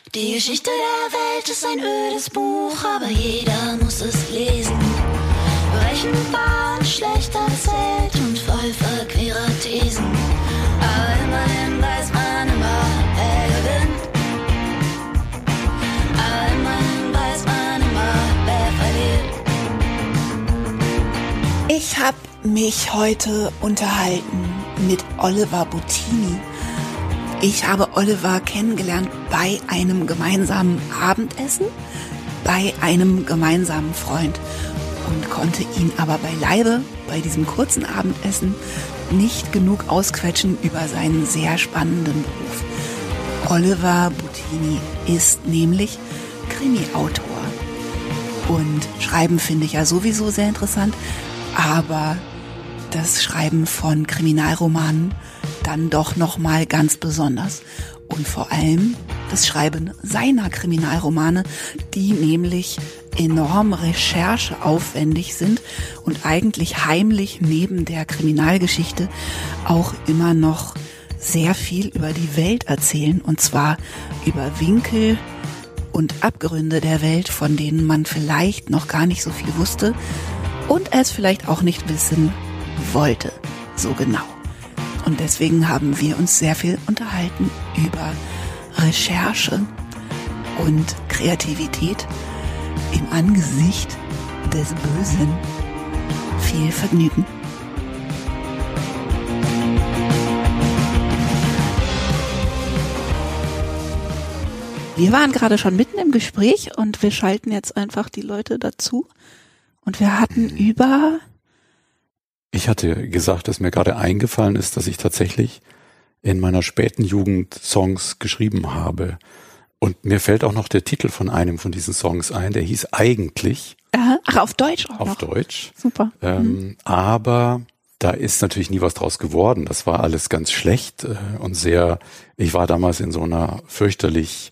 Die Geschichte der Welt ist ein ödes Buch, aber jeder muss es lesen. Berechenbar und schlecht erzählt und voll verquerer Thesen. Aber immerhin weiß man immer, wer gewinnt. Aber immerhin weiß man immer, wer verliert. Ich habe mich heute unterhalten mit Oliver Bottini. Ich habe Oliver kennengelernt bei einem gemeinsamen Abendessen, bei einem gemeinsamen Freund und konnte ihn aber beileibe bei diesem kurzen Abendessen nicht genug ausquetschen über seinen sehr spannenden Beruf. Oliver Bottini ist nämlich Krimi-Autor. Und Schreiben finde ich ja sowieso sehr interessant, aber das Schreiben von Kriminalromanen dann doch nochmal ganz besonders. Und vor allem das Schreiben seiner Kriminalromane, die nämlich enorm rechercheaufwendig sind und eigentlich heimlich neben der Kriminalgeschichte auch immer noch sehr viel über die Welt erzählen. Und zwar über Winkel und Abgründe der Welt, von denen man vielleicht noch gar nicht so viel wusste und es vielleicht auch nicht wissen wollte, so genau. Und deswegen haben wir uns sehr viel unterhalten über Recherche und Kreativität im Angesicht des Bösen. Viel Vergnügen. Wir waren gerade schon mitten im Gespräch und wir schalten jetzt einfach die Leute dazu. Und wir hatten über... Ich hatte gesagt, dass mir gerade eingefallen ist, dass ich tatsächlich in meiner späten Jugend Songs geschrieben habe. Und mir fällt auch noch der Titel von einem von diesen Songs ein, der hieß Eigentlich. Ach, auf Deutsch auch auf noch. Deutsch. Super. Aber da ist natürlich nie was draus geworden. Das war alles ganz schlecht und sehr, ich war damals in so einer fürchterlich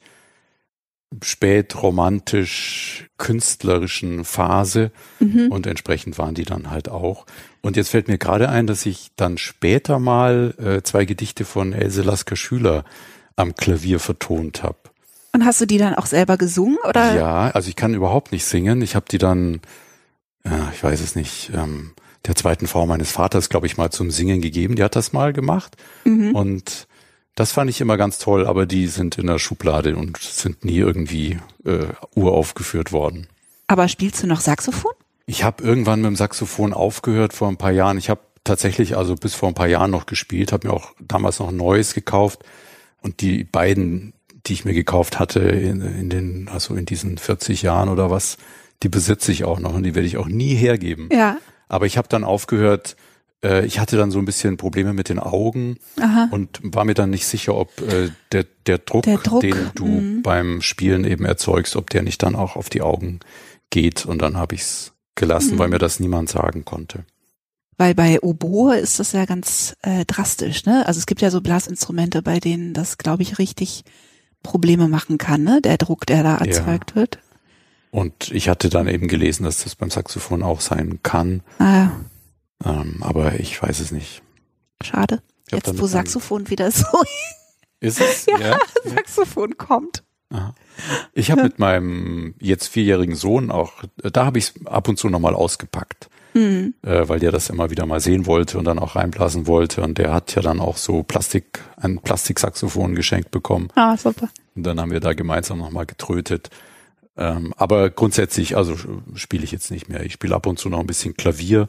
spätromantisch künstlerischen Phase und entsprechend waren die dann halt auch. Und jetzt fällt mir gerade ein, dass ich dann später mal 2 Gedichte von Else Lasker-Schüler am Klavier vertont habe. Und hast du die dann auch selber gesungen, oder? Ja, also ich kann überhaupt nicht singen. Ich habe die dann, ich weiß es nicht, der zweiten Frau meines Vaters, glaube ich, mal zum Singen gegeben. Die hat das mal gemacht und das fand ich immer ganz toll, aber die sind in der Schublade und sind nie irgendwie uraufgeführt worden. Aber spielst du noch Saxophon? Ich habe irgendwann mit dem Saxophon aufgehört vor ein paar Jahren. Ich habe tatsächlich also bis vor ein paar Jahren noch gespielt, habe mir auch damals noch ein neues gekauft und die beiden, die ich mir gekauft hatte in diesen 40 Jahren oder was, die besitze ich auch noch und die werde ich auch nie hergeben. Ja. Aber ich habe dann aufgehört. Ich hatte dann so ein bisschen Probleme mit den Augen und war mir dann nicht sicher, ob der Druck, den du beim Spielen eben erzeugst, ob der nicht dann auch auf die Augen geht. Und dann habe ich es gelassen, weil mir das niemand sagen konnte. Weil bei Oboe ist das ja ganz drastisch, ne? Also es gibt ja so Blasinstrumente, bei denen das, glaube ich, richtig Probleme machen kann, ne? Der Druck, der da erzeugt wird. Und ich hatte dann eben gelesen, dass das beim Saxophon auch sein kann. Aber ich weiß es nicht. Schade. Jetzt, wo Saxophon wieder so ist es? Ja, Saxophon kommt. Aha. Ich habe mit meinem jetzt 4-jährigen Sohn auch, da habe ich es ab und zu nochmal ausgepackt, weil der das immer wieder mal sehen wollte und dann auch reinblasen wollte. Und der hat ja dann auch so ein Plastiksaxophon geschenkt bekommen. Ah, super. Und dann haben wir da gemeinsam nochmal getrötet. Aber grundsätzlich, also spiele ich jetzt nicht mehr. Ich spiele ab und zu noch ein bisschen Klavier.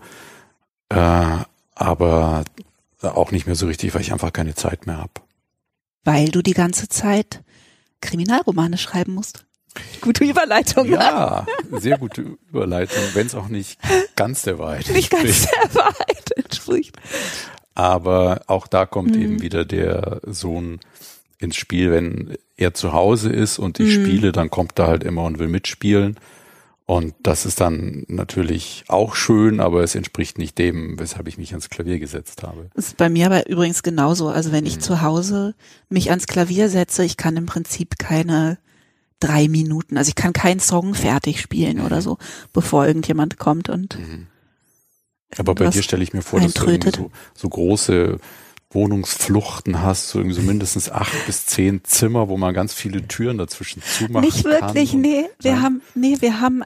Aber auch nicht mehr so richtig, weil ich einfach keine Zeit mehr habe. Weil du die ganze Zeit Kriminalromane schreiben musst. Gute Überleitung. Ja, sehr gute Überleitung, wenn es auch nicht ganz der Wahrheit entspricht. Nicht ganz der Wahrheit entspricht. Aber auch da kommt eben wieder der Sohn ins Spiel. Wenn er zu Hause ist und ich spiele, dann kommt er halt immer und will mitspielen. Und das ist dann natürlich auch schön, aber es entspricht nicht dem, weshalb ich mich ans Klavier gesetzt habe. Das ist bei mir aber übrigens genauso. Also wenn ich zu Hause mich ans Klavier setze, ich kann im Prinzip keine 3 Minuten, also ich kann keinen Song fertig spielen oder so, bevor irgendjemand kommt und aber bei dir stelle ich mir vor, dass du irgendwie so große Wohnungsfluchten hast, so irgendwie so mindestens 8 bis 10 Zimmer, wo man ganz viele Türen dazwischen zumachen Nicht wirklich, kann. nee. Wir haben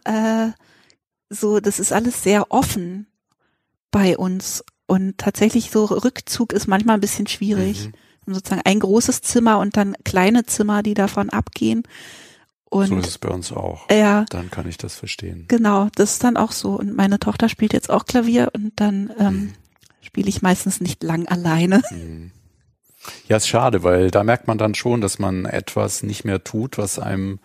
so, das ist alles sehr offen bei uns und tatsächlich so Rückzug ist manchmal ein bisschen schwierig. Mhm. Sozusagen ein großes Zimmer und dann kleine Zimmer, die davon abgehen. Und So ist es bei uns auch. ja, Dann kann ich das verstehen. genau, das ist dann auch so. Und meine Tochter spielt jetzt auch Klavier und dann spiele ich meistens nicht lang alleine. Ja, ist schade, weil da merkt man dann schon, dass man etwas nicht mehr tut, was einem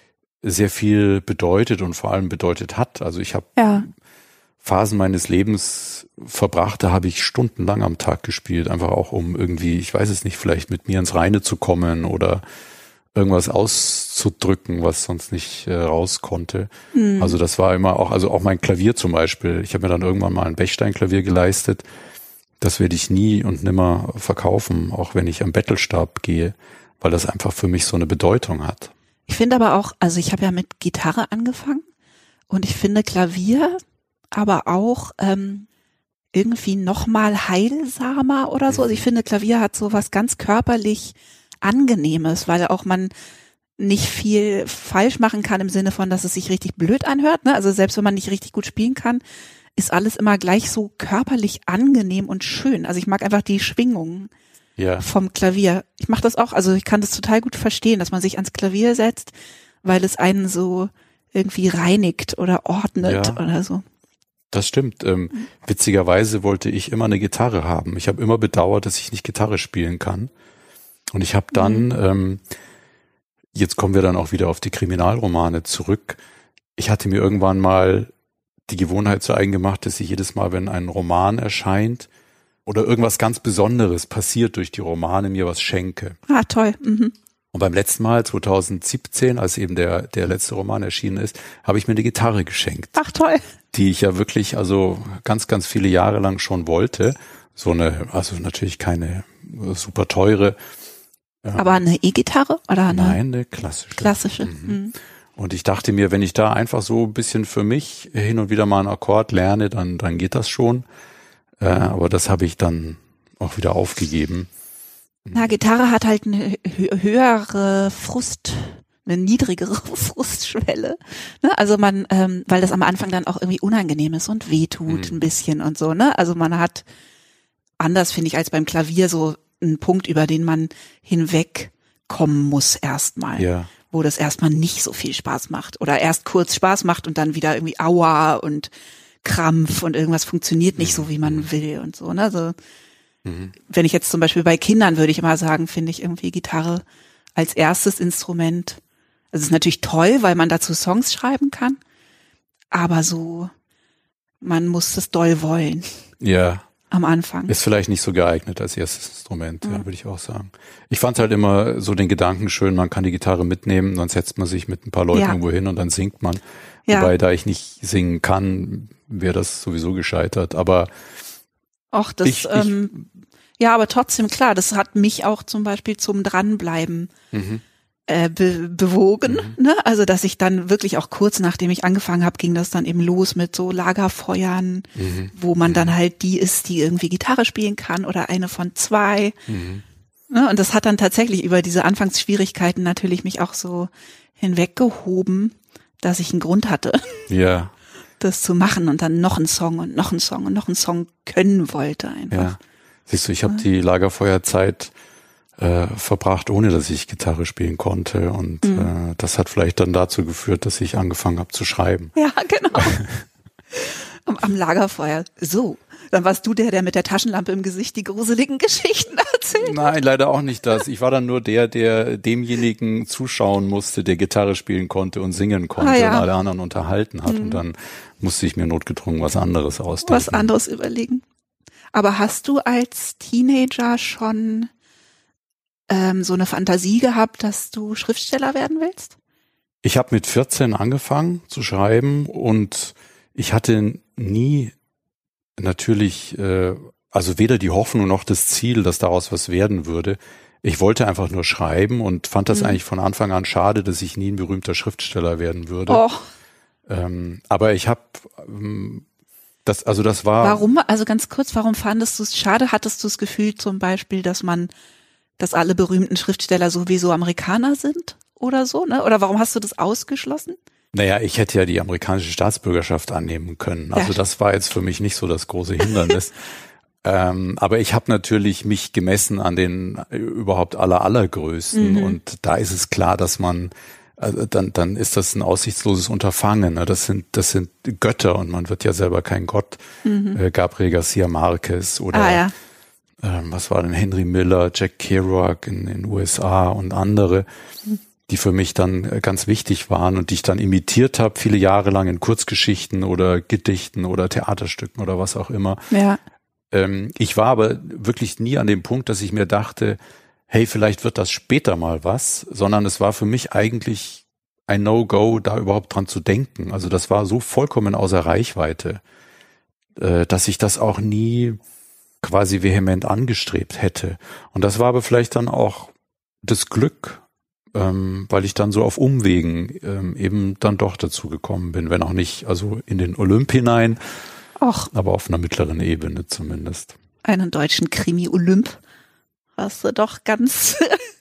sehr viel bedeutet und vor allem bedeutet hat. Also ich habe Ja, Phasen meines Lebens verbracht, da habe ich stundenlang am Tag gespielt, einfach auch um irgendwie, ich weiß es nicht, vielleicht mit mir ins Reine zu kommen oder irgendwas auszudrücken, was sonst nicht raus konnte. Also das war immer auch, also auch mein Klavier zum Beispiel. Ich habe mir dann irgendwann mal ein Bechstein-Klavier geleistet. Das werde ich nie und nimmer verkaufen, auch wenn ich am Bettelstab gehe, weil das einfach für mich so eine Bedeutung hat. ich finde aber auch, also ich habe ja mit Gitarre angefangen und ich finde Klavier aber auch irgendwie nochmal heilsamer oder so. Also ich finde, Klavier hat so was ganz körperlich Angenehmes, weil auch man nicht viel falsch machen kann im Sinne von, dass es sich richtig blöd anhört. Ne? Also selbst wenn man nicht richtig gut spielen kann, ist alles immer gleich so körperlich angenehm und schön. Also ich mag einfach die Schwingungen Ja, vom Klavier. Ich mache das auch, also ich kann das total gut verstehen, dass man sich ans Klavier setzt, weil es einen so irgendwie reinigt oder ordnet Ja. oder so. das stimmt. Witzigerweise wollte ich immer eine Gitarre haben. Ich habe immer bedauert, dass ich nicht Gitarre spielen kann. Und ich habe dann, jetzt kommen wir dann auch wieder auf die Kriminalromane zurück. Ich hatte mir irgendwann mal die Gewohnheit zu eigen gemacht, dass ich jedes Mal, wenn ein Roman erscheint oder irgendwas ganz Besonderes passiert durch die Romane, mir was schenke. Ah, toll. Mhm. Und beim letzten Mal, 2017, als eben der letzte Roman erschienen ist, habe ich mir eine Gitarre geschenkt, Ach, toll. die ich ja wirklich also ganz, ganz viele Jahre lang schon wollte. So eine, also natürlich keine super teure. Aber eine E-Gitarre oder eine Nein, eine klassische. klassische? Mhm. Und ich dachte mir, wenn ich da einfach so ein bisschen für mich hin und wieder mal einen Akkord lerne, dann geht das schon. Aber das habe ich dann auch wieder aufgegeben. Na, Gitarre hat halt eine höhere eine niedrigere Frustschwelle. Ne? Also man, weil das am Anfang dann auch irgendwie unangenehm ist und wehtut ein bisschen und so, ne? Also man hat anders, finde ich, als beim Klavier so einen Punkt, über den man hinwegkommen muss erstmal. Ja. Wo das erstmal nicht so viel Spaß macht. Oder erst kurz Spaß macht und dann wieder irgendwie Aua und Krampf und irgendwas funktioniert nicht so, wie man will und so, ne? Also wenn ich jetzt zum Beispiel bei Kindern würde ich immer sagen, finde ich irgendwie Gitarre als erstes Instrument. Also es ist natürlich toll, weil man dazu Songs schreiben kann, aber so, man muss es doll wollen Ja. am Anfang. Ist vielleicht nicht so geeignet als erstes Instrument, ja, würde ich auch sagen. Ich fand halt immer so den Gedanken schön, man kann die Gitarre mitnehmen, dann setzt man sich mit ein paar Leuten Ja. irgendwo hin und dann singt man. Ja. Wobei, da ich nicht singen kann, wäre das sowieso gescheitert. Aber Och, das, ja, aber trotzdem, klar, das hat mich auch zum Beispiel zum Dranbleiben bewogen, ne? Also, dass ich dann wirklich auch kurz nachdem ich angefangen habe, ging das dann eben los mit so Lagerfeuern, wo man dann halt die ist, die irgendwie Gitarre spielen kann oder eine von zwei. Ne? Und das hat dann tatsächlich über diese Anfangsschwierigkeiten natürlich mich auch so hinweggehoben, dass ich einen Grund hatte, ja, das zu machen und dann noch einen Song und noch einen Song und noch einen Song können wollte einfach. ja. Siehst du, ich habe die Lagerfeuerzeit verbracht, ohne dass ich Gitarre spielen konnte. Und das hat vielleicht dann dazu geführt, dass ich angefangen habe zu schreiben. Ja, genau. Am Lagerfeuer. So, dann warst du der mit der Taschenlampe im Gesicht die gruseligen Geschichten erzählt. Nein, leider auch nicht das. Ich war dann nur der demjenigen zuschauen musste, der Gitarre spielen konnte und singen konnte und alle anderen unterhalten hat. Und dann musste ich mir notgedrungen was anderes ausdenken. Was anderes überlegen. Aber hast du als Teenager schon so eine Fantasie gehabt, dass du Schriftsteller werden willst? Ich habe mit 14 angefangen zu schreiben und ich hatte nie natürlich, also weder die Hoffnung noch das Ziel, dass daraus was werden würde. Ich wollte einfach nur schreiben und fand das eigentlich von Anfang an schade, dass ich nie ein berühmter Schriftsteller werden würde. Oh. Aber ich habe Das war. Warum, also ganz kurz, warum fandest du es schade? Hattest du das Gefühl zum Beispiel, dass alle berühmten Schriftsteller sowieso Amerikaner sind oder so, ne? Oder warum hast du das ausgeschlossen? Naja, ich hätte ja die amerikanische Staatsbürgerschaft annehmen können. Also das war jetzt für mich nicht so das große Hindernis. Aber ich habe natürlich mich gemessen an den überhaupt allergrößten und da ist es klar, dass man dann ist das ein aussichtsloses Unterfangen. Ne? Das sind Götter und man wird ja selber kein Gott. Gabriel Garcia Marquez oder was war denn Henry Miller, Jack Kerouac in den USA und andere, die für mich dann ganz wichtig waren und die ich dann imitiert habe, viele Jahre lang in Kurzgeschichten oder Gedichten oder Theaterstücken oder was auch immer. Ja. Ich war aber wirklich nie an dem Punkt, dass ich mir dachte, hey, vielleicht wird das später mal was, sondern es war für mich eigentlich ein No-Go, da überhaupt dran zu denken. Also das war so vollkommen außer Reichweite, dass ich das auch nie quasi vehement angestrebt hätte. Und das war aber vielleicht dann auch das Glück, weil ich dann so auf Umwegen eben dann doch dazu gekommen bin, wenn auch nicht also in den Olymp hinein, aber auf einer mittleren Ebene zumindest. Einen deutschen Krimi-Olymp hast du doch ganz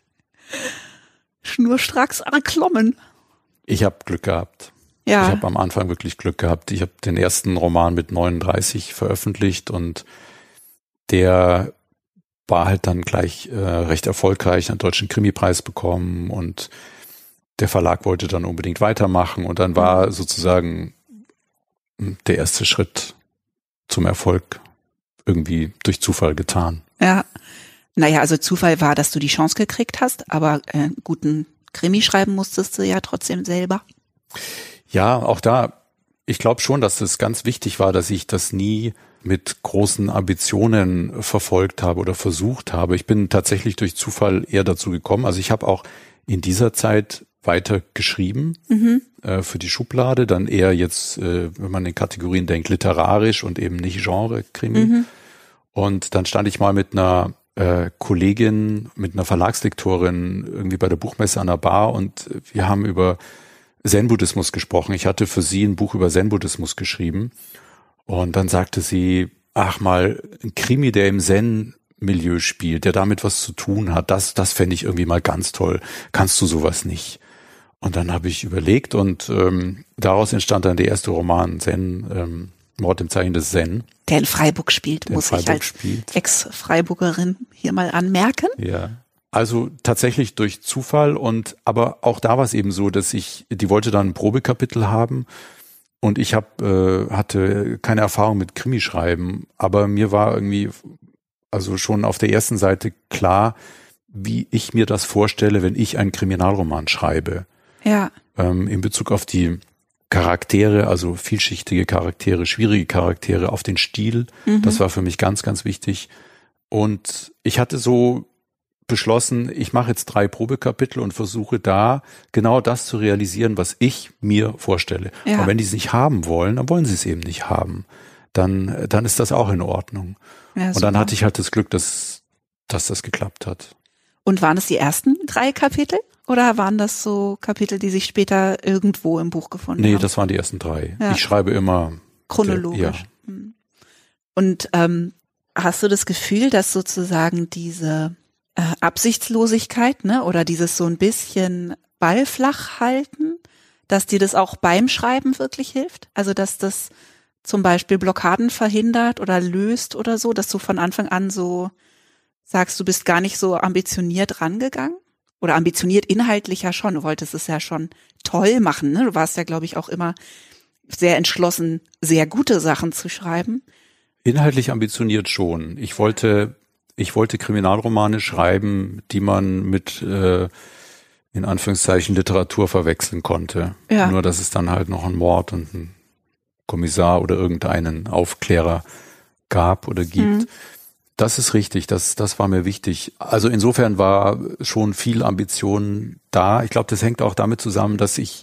schnurstracks erklommen. Ich habe Glück gehabt. Ja. Ich habe am Anfang wirklich Glück gehabt. Ich habe den ersten Roman mit 39 veröffentlicht und der war halt dann gleich recht erfolgreich, einen deutschen Krimipreis bekommen und der Verlag wollte dann unbedingt weitermachen und dann war sozusagen der erste Schritt zum Erfolg irgendwie durch Zufall getan. Ja, naja, also Zufall war, dass du die Chance gekriegt hast, aber guten Krimi schreiben musstest du ja trotzdem selber. Ja, auch da, ich glaube schon, dass es ganz wichtig war, dass ich das nie mit großen Ambitionen verfolgt habe oder versucht habe. Ich bin tatsächlich durch Zufall eher dazu gekommen. Also ich habe auch in dieser Zeit weiter geschrieben für die Schublade, dann eher jetzt, wenn man in Kategorien denkt, literarisch und eben nicht Genre-Krimi. Und dann stand ich mal mit einer Kollegin, mit einer Verlagslektorin irgendwie bei der Buchmesse an der Bar und wir haben über Zen-Buddhismus gesprochen. Ich hatte für sie ein Buch über Zen-Buddhismus geschrieben und dann sagte sie, ach mal, ein Krimi, der im Zen-Milieu spielt, der damit was zu tun hat, das fände ich irgendwie mal ganz toll. Kannst du sowas nicht? Und dann habe ich überlegt und daraus entstand dann der erste Roman Zen, Mord im Zeichen des Zen. Der in Freiburg spielt, muss ich als Ex-Freiburgerin hier mal anmerken. Ja, also tatsächlich durch Zufall aber auch da war es eben so, dass die wollte dann ein Probekapitel haben und ich hatte keine Erfahrung mit Krimischreiben, aber mir war irgendwie also schon auf der ersten Seite klar, wie ich mir das vorstelle, wenn ich einen Kriminalroman schreibe. Ja. In Bezug auf die Charaktere, also vielschichtige Charaktere, schwierige Charaktere, auf den Stil. Das war für mich ganz, ganz wichtig. Und ich hatte so beschlossen, ich mache jetzt 3 Probekapitel und versuche da genau das zu realisieren, was ich mir vorstelle. Ja. Und wenn die es nicht haben wollen, dann wollen sie es eben nicht haben. Dann ist das auch in Ordnung. Ja, und dann hatte ich halt das Glück, dass das geklappt hat. Und waren es die ersten 3 Kapitel? Oder waren das so Kapitel, die sich später irgendwo im Buch gefunden haben? Nee, das waren die ersten 3. Ja. Ich schreibe immer chronologisch. Ja. Und hast du das Gefühl, dass sozusagen diese Absichtslosigkeit, ne, oder dieses so ein bisschen Ball flach halten, dass dir das auch beim Schreiben wirklich hilft? Also dass das zum Beispiel Blockaden verhindert oder löst oder so, dass du von Anfang an so sagst, du bist gar nicht so ambitioniert rangegangen? Oder ambitioniert inhaltlich ja schon, du wolltest es ja schon toll machen, ne? Du warst ja, glaube ich, auch immer sehr entschlossen, sehr gute Sachen zu schreiben. Inhaltlich ambitioniert schon. Ich wollte Kriminalromane schreiben, die man mit in Anführungszeichen Literatur verwechseln konnte. Ja. Nur, dass es dann halt noch einen Mord und einen Kommissar oder irgendeinen Aufklärer gab oder gibt. Das ist richtig, das war mir wichtig. Also insofern war schon viel Ambition da. Ich glaube, das hängt auch damit zusammen, dass ein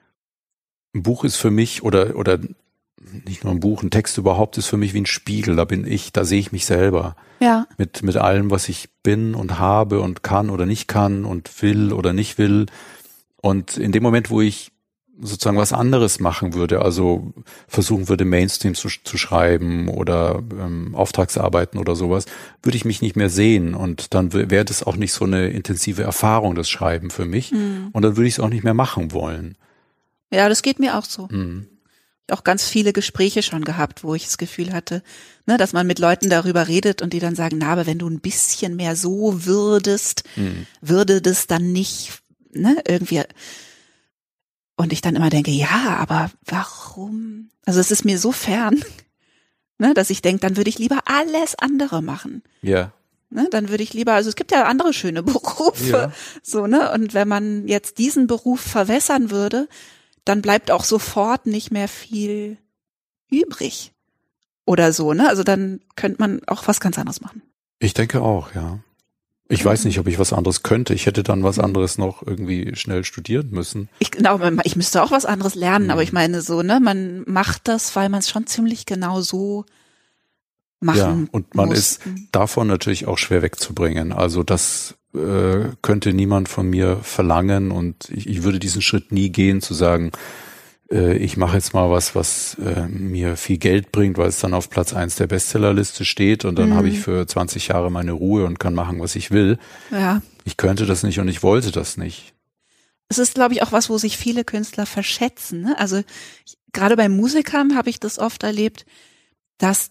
Buch ist für mich oder nicht nur ein Buch, ein Text überhaupt ist für mich wie ein Spiegel. Da sehe ich mich selber. Ja. Mit allem, was ich bin und habe und kann oder nicht kann und will oder nicht will. Und in dem Moment, wo ich sozusagen was anderes machen würde, also versuchen würde, Mainstream zu schreiben oder Auftragsarbeiten oder sowas, würde ich mich nicht mehr sehen und dann wäre das auch nicht so eine intensive Erfahrung, das Schreiben für mich und dann würde ich es auch nicht mehr machen wollen. Ja, das geht mir auch so. Auch ganz viele Gespräche schon gehabt, wo ich das Gefühl hatte, ne, dass man mit Leuten darüber redet und die dann sagen, na, aber wenn du ein bisschen mehr so würdest, würde das dann nicht, ne, irgendwie. Und ich dann immer denke, ja, aber warum? Also es ist mir so fern, ne, dass ich denke, dann würde ich lieber alles andere machen. Ja. Ne, dann würde ich lieber, also es gibt ja andere schöne Berufe, so, ne, und wenn man jetzt diesen Beruf verwässern würde, dann bleibt auch sofort nicht mehr viel übrig oder so, ne? Also dann könnte man auch was ganz anderes machen. Ich denke auch, ja. Ich weiß nicht, ob ich was anderes könnte. Ich hätte dann was anderes noch irgendwie schnell studieren müssen. Ich müsste auch was anderes lernen, aber ich meine so, ne? Man macht das, weil man es schon ziemlich genau so machen und man muss. ist davon natürlich auch schwer wegzubringen. Also das könnte niemand von mir verlangen und ich würde diesen Schritt nie gehen, zu sagen, ich mache jetzt mal was mir viel Geld bringt, weil es dann auf Platz 1 der Bestsellerliste steht und dann habe ich für 20 Jahre meine Ruhe und kann machen, was ich will. Ja. Ich könnte das nicht und ich wollte das nicht. Es ist, glaube ich, auch was, wo sich viele Künstler verschätzen, ne? Also gerade bei Musikern habe ich das oft erlebt, dass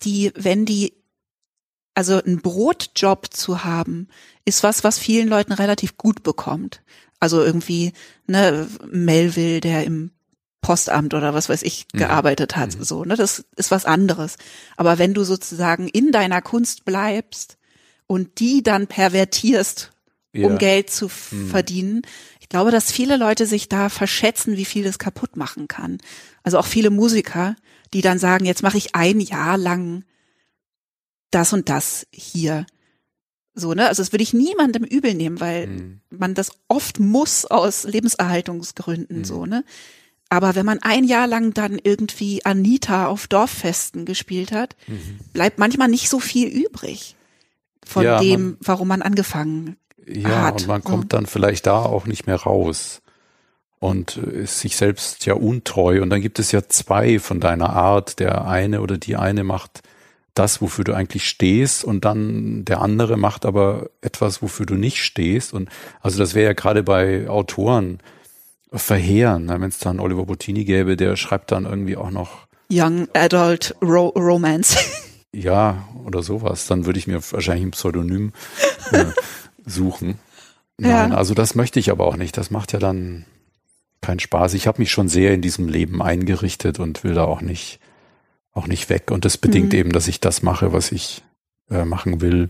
also einen Brotjob zu haben, ist was vielen Leuten relativ gut bekommt. Also irgendwie, ne, Melville, der im Postamt oder was weiß ich gearbeitet hat, so, ne, das ist was anderes. Aber wenn du sozusagen in deiner Kunst bleibst und die dann pervertierst, um Geld zu verdienen, ich glaube, dass viele Leute sich da verschätzen, wie viel das kaputt machen kann. Also auch viele Musiker, die dann sagen, jetzt mache ich ein Jahr lang das und das hier. So, ne? Also das würde ich niemandem übel nehmen, weil man das oft muss aus Lebenserhaltungsgründen, so, ne? Aber wenn man ein Jahr lang dann irgendwie Anita auf Dorffesten gespielt hat, bleibt manchmal nicht so viel übrig von dem, warum man angefangen hat. Ja, und man kommt dann vielleicht da auch nicht mehr raus und ist sich selbst ja untreu. Und dann gibt es ja zwei von deiner Art. Der eine oder die eine macht das, wofür du eigentlich stehst und dann der andere macht aber etwas, wofür du nicht stehst. Und also das wäre ja gerade bei Autoren verheerend, wenn es dann Oliver Bottini gäbe, der schreibt dann irgendwie auch noch Young Adult Romance. Ja, oder sowas. Dann würde ich mir wahrscheinlich ein Pseudonym suchen. Nein, also das möchte ich aber auch nicht. Das macht ja dann keinen Spaß. Ich habe mich schon sehr in diesem Leben eingerichtet und will da auch nicht weg. Und das bedingt eben, dass ich das mache, was ich machen will.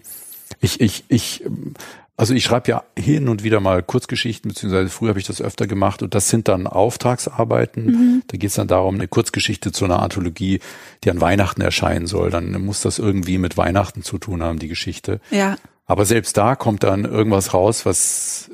Also ich schreibe ja hin und wieder mal Kurzgeschichten, beziehungsweise früher habe ich das öfter gemacht und das sind dann Auftragsarbeiten. Da geht es dann darum, eine Kurzgeschichte zu einer Anthologie, die an Weihnachten erscheinen soll. Dann muss das irgendwie mit Weihnachten zu tun haben, die Geschichte. Ja. Aber selbst da kommt dann irgendwas raus, was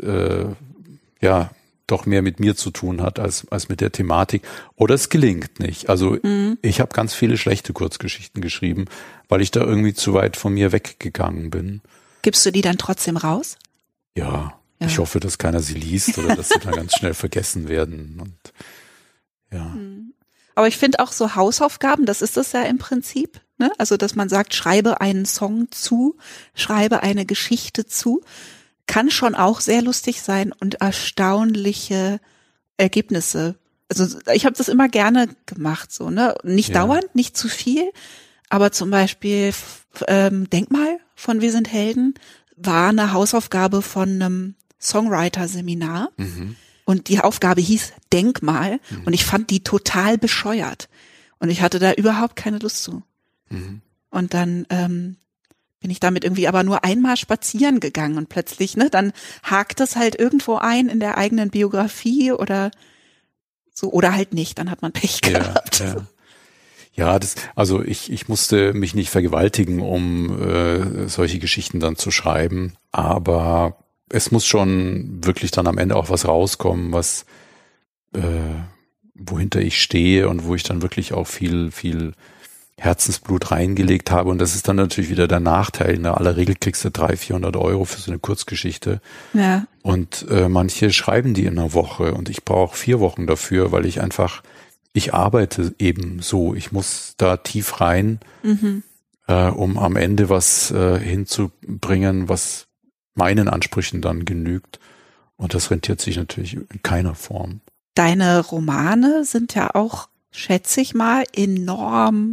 doch mehr mit mir zu tun hat als mit der Thematik. Oder es gelingt nicht. Also ich habe ganz viele schlechte Kurzgeschichten geschrieben, weil ich da irgendwie zu weit von mir weggegangen bin. Gibst du die dann trotzdem raus? Ja. Ich hoffe, dass keiner sie liest oder dass sie dann ganz schnell vergessen werden. Und ja. Aber ich finde auch so Hausaufgaben, das ist das ja im Prinzip, ne? Also, dass man sagt, schreibe einen Song zu, schreibe eine Geschichte zu, kann schon auch sehr lustig sein und erstaunliche Ergebnisse. Also, ich habe das immer gerne gemacht, so, ne? Nicht dauernd, nicht zu viel, aber zum Beispiel Denkmal von Wir sind Helden war eine Hausaufgabe von einem Songwriter-Seminar. Und die Aufgabe hieß Denkmal und ich fand die total bescheuert. Und ich hatte da überhaupt keine Lust zu. Und dann bin ich damit irgendwie aber nur einmal spazieren gegangen und plötzlich, ne, dann hakt es halt irgendwo ein in der eigenen Biografie oder so, oder halt nicht, dann hat man Pech gehabt. Ja, also ich musste mich nicht vergewaltigen, um solche Geschichten dann zu schreiben, aber es muss schon wirklich dann am Ende auch was rauskommen, was wohinter ich stehe und wo ich dann wirklich auch viel Herzensblut reingelegt habe. Und das ist dann natürlich wieder der Nachteil. In aller Regel kriegst du 300-400 € für so eine Kurzgeschichte. Ja. Und manche schreiben die in einer Woche und ich brauche 4 Wochen dafür, weil ich arbeite eben so. Ich muss da tief rein, um am Ende was hinzubringen, was meinen Ansprüchen dann genügt. Und das rentiert sich natürlich in keiner Form. Deine Romane sind ja auch, schätze ich mal, enorm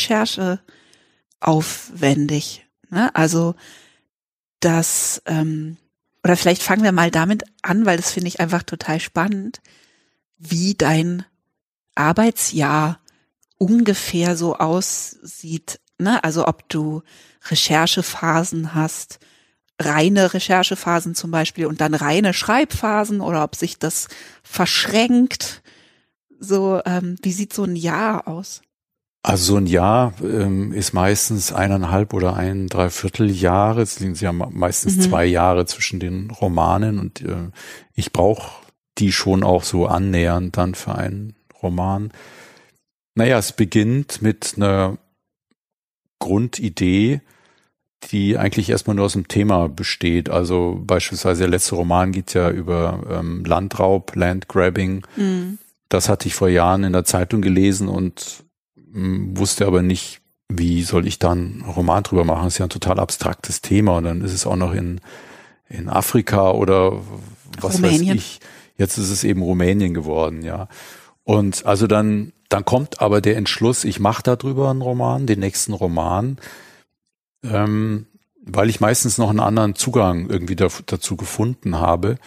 rechercheaufwendig. Ne? Also das, oder vielleicht fangen wir mal damit an, weil das finde ich einfach total spannend, wie dein Arbeitsjahr ungefähr so aussieht. Ne? Also ob du Recherchephasen hast, reine Recherchephasen zum Beispiel und dann reine Schreibphasen oder ob sich das verschränkt. So, wie sieht so ein Jahr aus? Also so ein Jahr ist meistens 1,5 oder 1,75 Jahre. Es sind ja meistens 2 Jahre zwischen den Romanen und ich brauche die schon auch so annähernd dann für einen Roman. Naja, es beginnt mit einer Grundidee, die eigentlich erstmal nur aus dem Thema besteht. Also beispielsweise der letzte Roman geht ja über Landraub, Landgrabbing. Das hatte ich vor Jahren in der Zeitung gelesen und wusste aber nicht, wie soll ich dann einen Roman drüber machen. Das ist ja ein total abstraktes Thema und dann ist es auch noch in Afrika oder was Rumänien. weiß ich. Jetzt ist es eben Rumänien geworden, ja. Und also dann kommt aber der Entschluss, ich mache darüber einen Roman, den nächsten Roman, weil ich meistens noch einen anderen Zugang irgendwie dazu gefunden habe.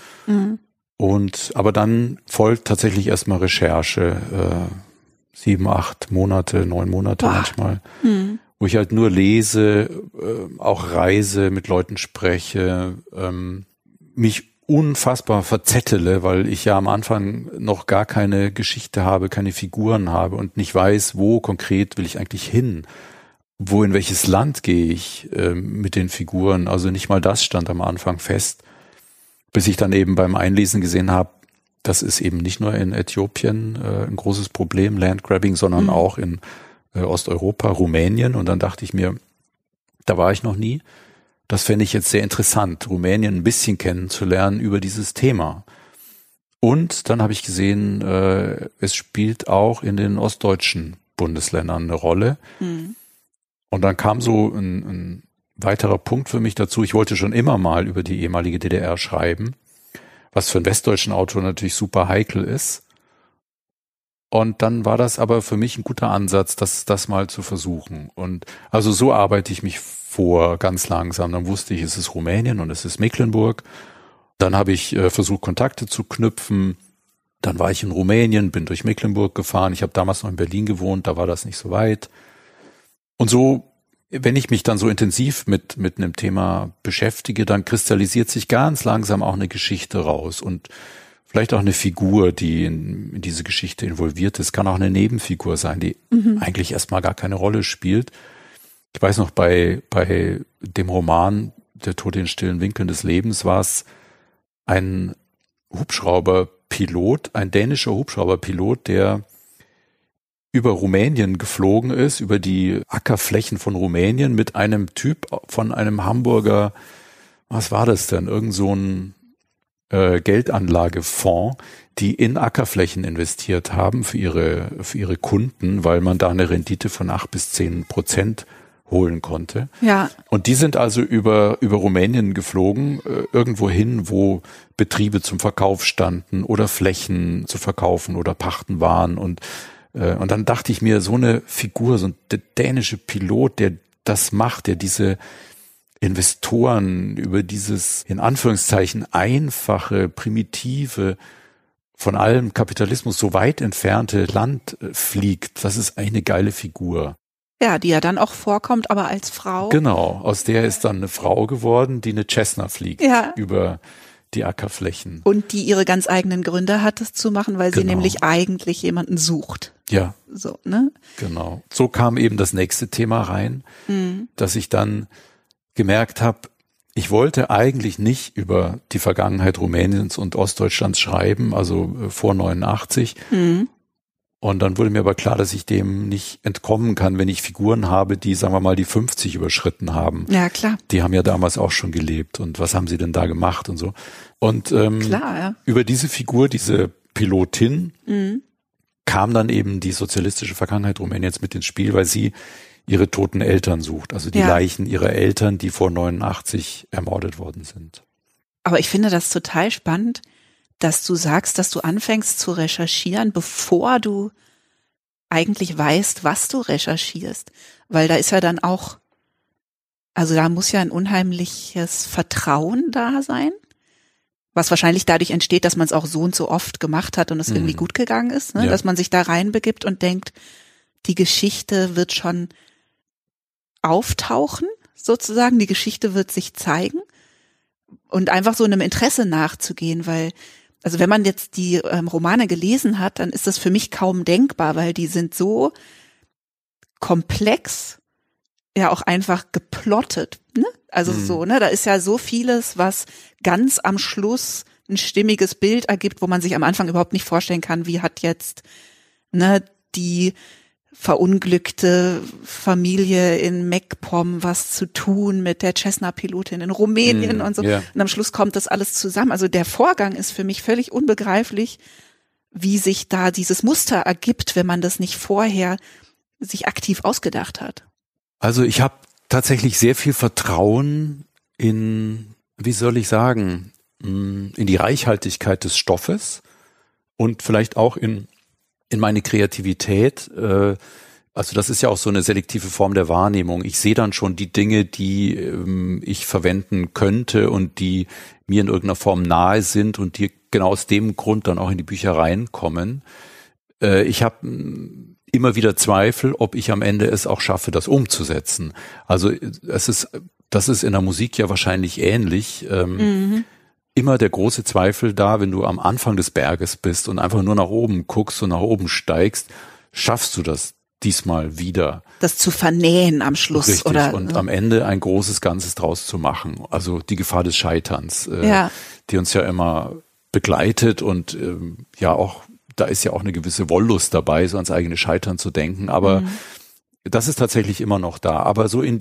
Aber dann folgt tatsächlich erstmal Recherche, 7, 8 Monate, 9 Monate manchmal, wo ich halt nur lese, auch reise, mit Leuten spreche, mich unfassbar verzettele, weil ich ja am Anfang noch gar keine Geschichte habe, keine Figuren habe und nicht weiß, wo konkret will ich eigentlich hin. Wo in welches Land gehe ich mit den Figuren? Also nicht mal das stand am Anfang fest, bis ich dann eben beim Einlesen gesehen habe, das ist eben nicht nur in Äthiopien ein großes Problem, Landgrabbing, sondern auch in Osteuropa, Rumänien. Und dann dachte ich mir, da war ich noch nie. Das fände ich jetzt sehr interessant, Rumänien ein bisschen kennenzulernen über dieses Thema. Und dann habe ich gesehen, es spielt auch in den ostdeutschen Bundesländern eine Rolle. Und dann kam so ein weiterer Punkt für mich dazu. Ich wollte schon immer mal über die ehemalige DDR schreiben, was für einen westdeutschen Autor natürlich super heikel ist. Und dann war das aber für mich ein guter Ansatz, das mal zu versuchen. Und also so arbeite ich mich vor, ganz langsam. Dann wusste ich, es ist Rumänien und es ist Mecklenburg. Dann habe ich versucht, Kontakte zu knüpfen. Dann war ich in Rumänien, bin durch Mecklenburg gefahren. Ich habe damals noch in Berlin gewohnt, da war das nicht so weit. Und so, wenn ich mich dann so intensiv mit einem Thema beschäftige, dann kristallisiert sich ganz langsam auch eine Geschichte raus und vielleicht auch eine Figur, die in diese Geschichte involviert ist. Kann auch eine Nebenfigur sein, die eigentlich erstmal gar keine Rolle spielt. Ich weiß noch, bei dem Roman Der Tod in stillen Winkeln des Lebens war es ein Hubschrauberpilot, ein dänischer Hubschrauberpilot, der über Rumänien geflogen ist, über die Ackerflächen von Rumänien mit einem Typ von einem Hamburger, was war das denn? Irgend so ein Geldanlagefonds, die in Ackerflächen investiert haben für ihre Kunden, weil man da eine Rendite von 8-10% holen konnte. Ja. Und die sind also über Rumänien geflogen, irgendwo hin, wo Betriebe zum Verkauf standen oder Flächen zu verkaufen oder pachten waren. Und dann dachte ich mir, so eine Figur, so ein dänische Pilot, der das macht, der diese Investoren über dieses in Anführungszeichen einfache, primitive, von allem Kapitalismus so weit entfernte Land fliegt, das ist eigentlich eine geile Figur. Ja, die ja dann auch vorkommt, aber als Frau. Genau, aus der ist dann eine Frau geworden, die eine Cessna fliegt über die Ackerflächen. Und die ihre ganz eigenen Gründe hat, das zu machen, weil sie Genau. nämlich eigentlich jemanden sucht. Ja. So, ne? Genau. So kam eben das nächste Thema rein, dass ich dann gemerkt habe, ich wollte eigentlich nicht über die Vergangenheit Rumäniens und Ostdeutschlands schreiben, also vor 89. Und dann wurde mir aber klar, dass ich dem nicht entkommen kann, wenn ich Figuren habe, die, sagen wir mal, die 50 überschritten haben. Ja, klar. Die haben ja damals auch schon gelebt. Und was haben sie denn da gemacht und so? Und Klar, ja. über diese Figur, diese Pilotin, kam dann eben die sozialistische Vergangenheit Rumäniens mit ins Spiel, weil sie ihre toten Eltern sucht. Also die Leichen ihrer Eltern, die vor 89 ermordet worden sind. Aber ich finde das total spannend, dass du sagst, dass du anfängst zu recherchieren, bevor du eigentlich weißt, was du recherchierst. Weil da ist ja dann auch, also da muss ja ein unheimliches Vertrauen da sein, was wahrscheinlich dadurch entsteht, dass man es auch so und so oft gemacht hat und es irgendwie gut gegangen ist, ne? Ja. Dass man sich da reinbegibt und denkt, die Geschichte wird schon auftauchen, sozusagen, die Geschichte wird sich zeigen und einfach so einem Interesse nachzugehen, weil also wenn man jetzt die Romane gelesen hat, dann ist das für mich kaum denkbar, weil die sind so komplex, ja auch einfach geplottet, ne? Also so, ne? Da ist ja so vieles, was ganz am Schluss ein stimmiges Bild ergibt, wo man sich am Anfang überhaupt nicht vorstellen kann, wie hat jetzt, ne, die verunglückte Familie in MacPom was zu tun mit der Cessna-Pilotin in Rumänien und so. Ja. Und am Schluss kommt das alles zusammen. Also der Vorgang ist für mich völlig unbegreiflich, wie sich da dieses Muster ergibt, wenn man das nicht vorher sich aktiv ausgedacht hat. Also ich habe tatsächlich sehr viel Vertrauen in, wie soll ich sagen, in die Reichhaltigkeit des Stoffes und vielleicht auch in meine Kreativität. Also das ist ja auch so eine selektive Form der Wahrnehmung. Ich sehe dann schon die Dinge, die ich verwenden könnte und die mir in irgendeiner Form nahe sind und die genau aus dem Grund dann auch in die Büchereien kommen. Ich habe immer wieder Zweifel, ob ich am Ende es auch schaffe, das umzusetzen. Also das ist in der Musik ja wahrscheinlich ähnlich. Immer der große Zweifel da, wenn du am Anfang des Berges bist und einfach nur nach oben guckst und nach oben steigst, schaffst du das diesmal wieder. Das zu vernähen am Schluss. Richtig, oder und am Ende ein großes Ganzes draus zu machen. Also die Gefahr des Scheiterns, die uns ja immer begleitet und ja auch, da ist ja auch eine gewisse Wollust dabei, so ans eigene Scheitern zu denken. Aber das ist tatsächlich immer noch da. Aber so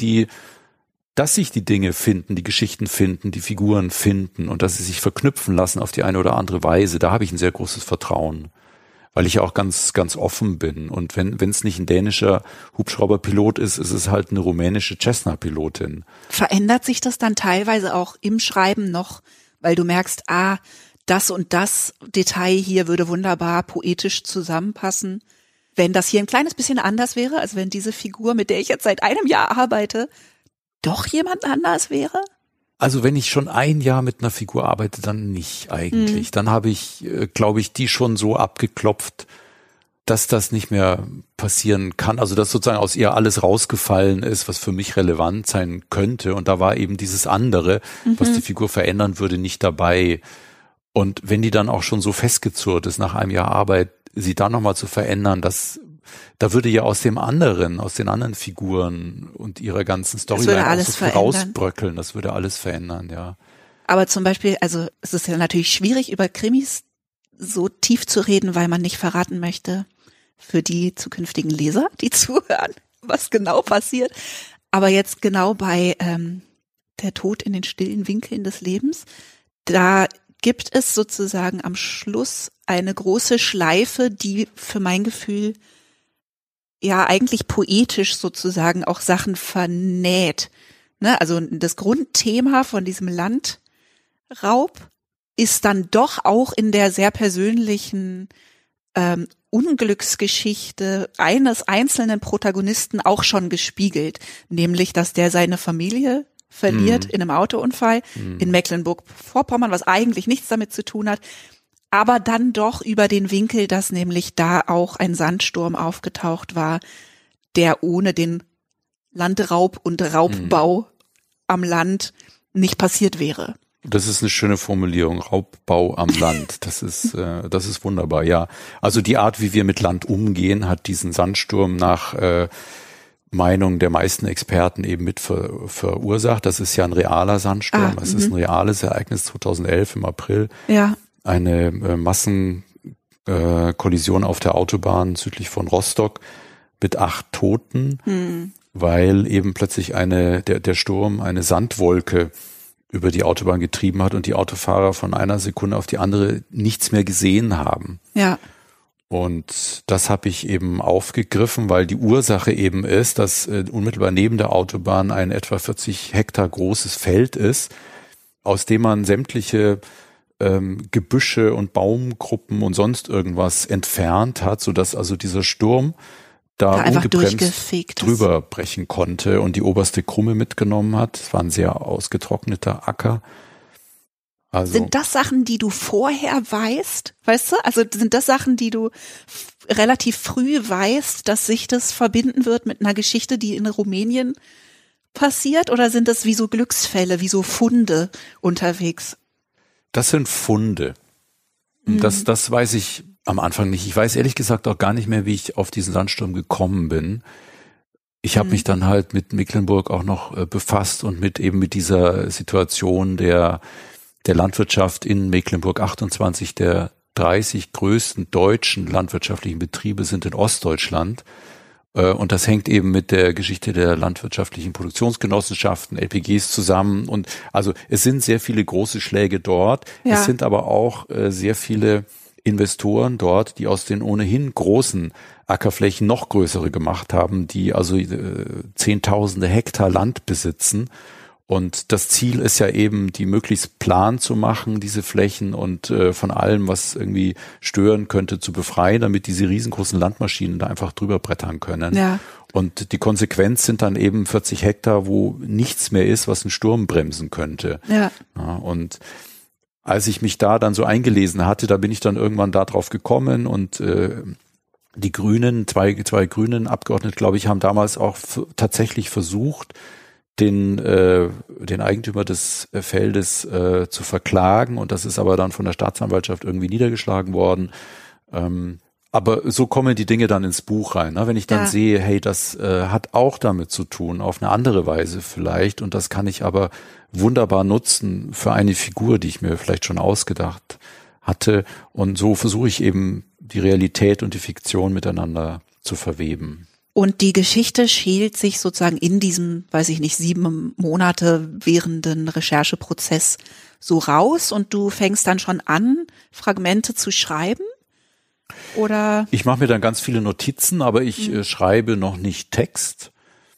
dass sich die Dinge finden, die Geschichten finden, die Figuren finden und dass sie sich verknüpfen lassen auf die eine oder andere Weise, da habe ich ein sehr großes Vertrauen, weil ich auch ganz, ganz offen bin. Und wenn es nicht ein dänischer Hubschrauberpilot ist, ist es halt eine rumänische Cessna-Pilotin. Verändert sich das dann teilweise auch im Schreiben noch, weil du merkst, das und das Detail hier würde wunderbar poetisch zusammenpassen. Wenn das hier ein kleines bisschen anders wäre, also wenn diese Figur, mit der ich jetzt seit einem Jahr arbeite, doch jemand anders wäre? Also wenn ich schon ein Jahr mit einer Figur arbeite, dann nicht eigentlich. Dann habe ich, glaube ich, die schon so abgeklopft, dass das nicht mehr passieren kann. Also dass sozusagen aus ihr alles rausgefallen ist, was für mich relevant sein könnte. Und da war eben dieses andere, was die Figur verändern würde, nicht dabei. Und wenn die dann auch schon so festgezurrt ist nach einem Jahr Arbeit, sie dann nochmal zu verändern, da würde ja aus den anderen Figuren und ihrer ganzen Storyline auch so viel rausbröckeln. Das würde alles verändern, ja. Aber zum Beispiel, also es ist ja natürlich schwierig, über Krimis so tief zu reden, weil man nicht verraten möchte für die zukünftigen Leser, die zuhören, was genau passiert. Aber jetzt genau bei der Tod in den stillen Winkeln des Lebens, da gibt es sozusagen am Schluss eine große Schleife, die für mein Gefühl ja eigentlich poetisch sozusagen auch Sachen vernäht. Ne? Also das Grundthema von diesem Landraub ist dann doch auch in der sehr persönlichen Unglücksgeschichte eines einzelnen Protagonisten auch schon gespiegelt, nämlich dass der seine Familie verliert in einem Autounfall in Mecklenburg-Vorpommern, was eigentlich nichts damit zu tun hat, aber dann doch über den Winkel, dass nämlich da auch ein Sandsturm aufgetaucht war, der ohne den Landraub und Raubbau am Land nicht passiert wäre. Das ist eine schöne Formulierung, Raubbau am Land. Das ist wunderbar, ja. Also die Art, wie wir mit Land umgehen, hat diesen Sandsturm nach Meinung der meisten Experten eben mit verursacht. Das ist ja ein realer Sandsturm. Es ist ein reales Ereignis 2011 im April. Ja. Eine Kollision auf der Autobahn südlich von Rostock mit 8 Toten, weil eben plötzlich der Sturm eine Sandwolke über die Autobahn getrieben hat und die Autofahrer von einer Sekunde auf die andere nichts mehr gesehen haben. Ja. Und das habe ich eben aufgegriffen, weil die Ursache eben ist, dass unmittelbar neben der Autobahn ein etwa 40 Hektar großes Feld ist, aus dem man sämtliche Gebüsche und Baumgruppen und sonst irgendwas entfernt hat, sodass also dieser Sturm da ungebremst drüber brechen konnte und die oberste Krumme mitgenommen hat. Es war ein sehr ausgetrockneter Acker. Also, sind das Sachen, die du vorher weißt? Weißt du? Also sind das Sachen, die du relativ früh weißt, dass sich das verbinden wird mit einer Geschichte, die in Rumänien passiert? Oder sind das wie so Glücksfälle, wie so Funde unterwegs? Das sind Funde. Das weiß ich am Anfang nicht. Ich weiß ehrlich gesagt auch gar nicht mehr, wie ich auf diesen Sandsturm gekommen bin. Ich habe mich dann halt mit Mecklenburg auch noch befasst und mit dieser Situation der Landwirtschaft in Mecklenburg. 28 der 30 größten deutschen landwirtschaftlichen Betriebe sind in Ostdeutschland. Und das hängt eben mit der Geschichte der landwirtschaftlichen Produktionsgenossenschaften, LPGs zusammen. Und also es sind sehr viele große Schläge dort. Ja. Es sind aber auch sehr viele Investoren dort, die aus den ohnehin großen Ackerflächen noch größere gemacht haben, die also Zehntausende Hektar Land besitzen. Und das Ziel ist ja eben, die möglichst plan zu machen, diese Flächen, und von allem, was irgendwie stören könnte, zu befreien, damit diese riesengroßen Landmaschinen da einfach drüber brettern können. Ja. Und die Konsequenz sind dann eben 40 Hektar, wo nichts mehr ist, was einen Sturm bremsen könnte. Ja. Ja, und als ich mich da dann so eingelesen hatte, da bin ich dann irgendwann da drauf gekommen, und die Grünen, zwei Grünen Abgeordnete, glaube ich, haben damals auch tatsächlich versucht, den Eigentümer des Feldes zu verklagen, und das ist aber dann von der Staatsanwaltschaft irgendwie niedergeschlagen worden. Aber so kommen die Dinge dann ins Buch rein, ne? Wenn ich dann sehe, hey, das hat auch damit zu tun, auf eine andere Weise vielleicht, und das kann ich aber wunderbar nutzen für eine Figur, die ich mir vielleicht schon ausgedacht hatte, und so versuche ich eben die Realität und die Fiktion miteinander zu verweben. Und die Geschichte schält sich sozusagen in diesem, 7 Monate währenden Rechercheprozess so raus, und du fängst dann schon an, Fragmente zu schreiben? Oder? Ich mache mir dann ganz viele Notizen, aber ich schreibe noch nicht Text.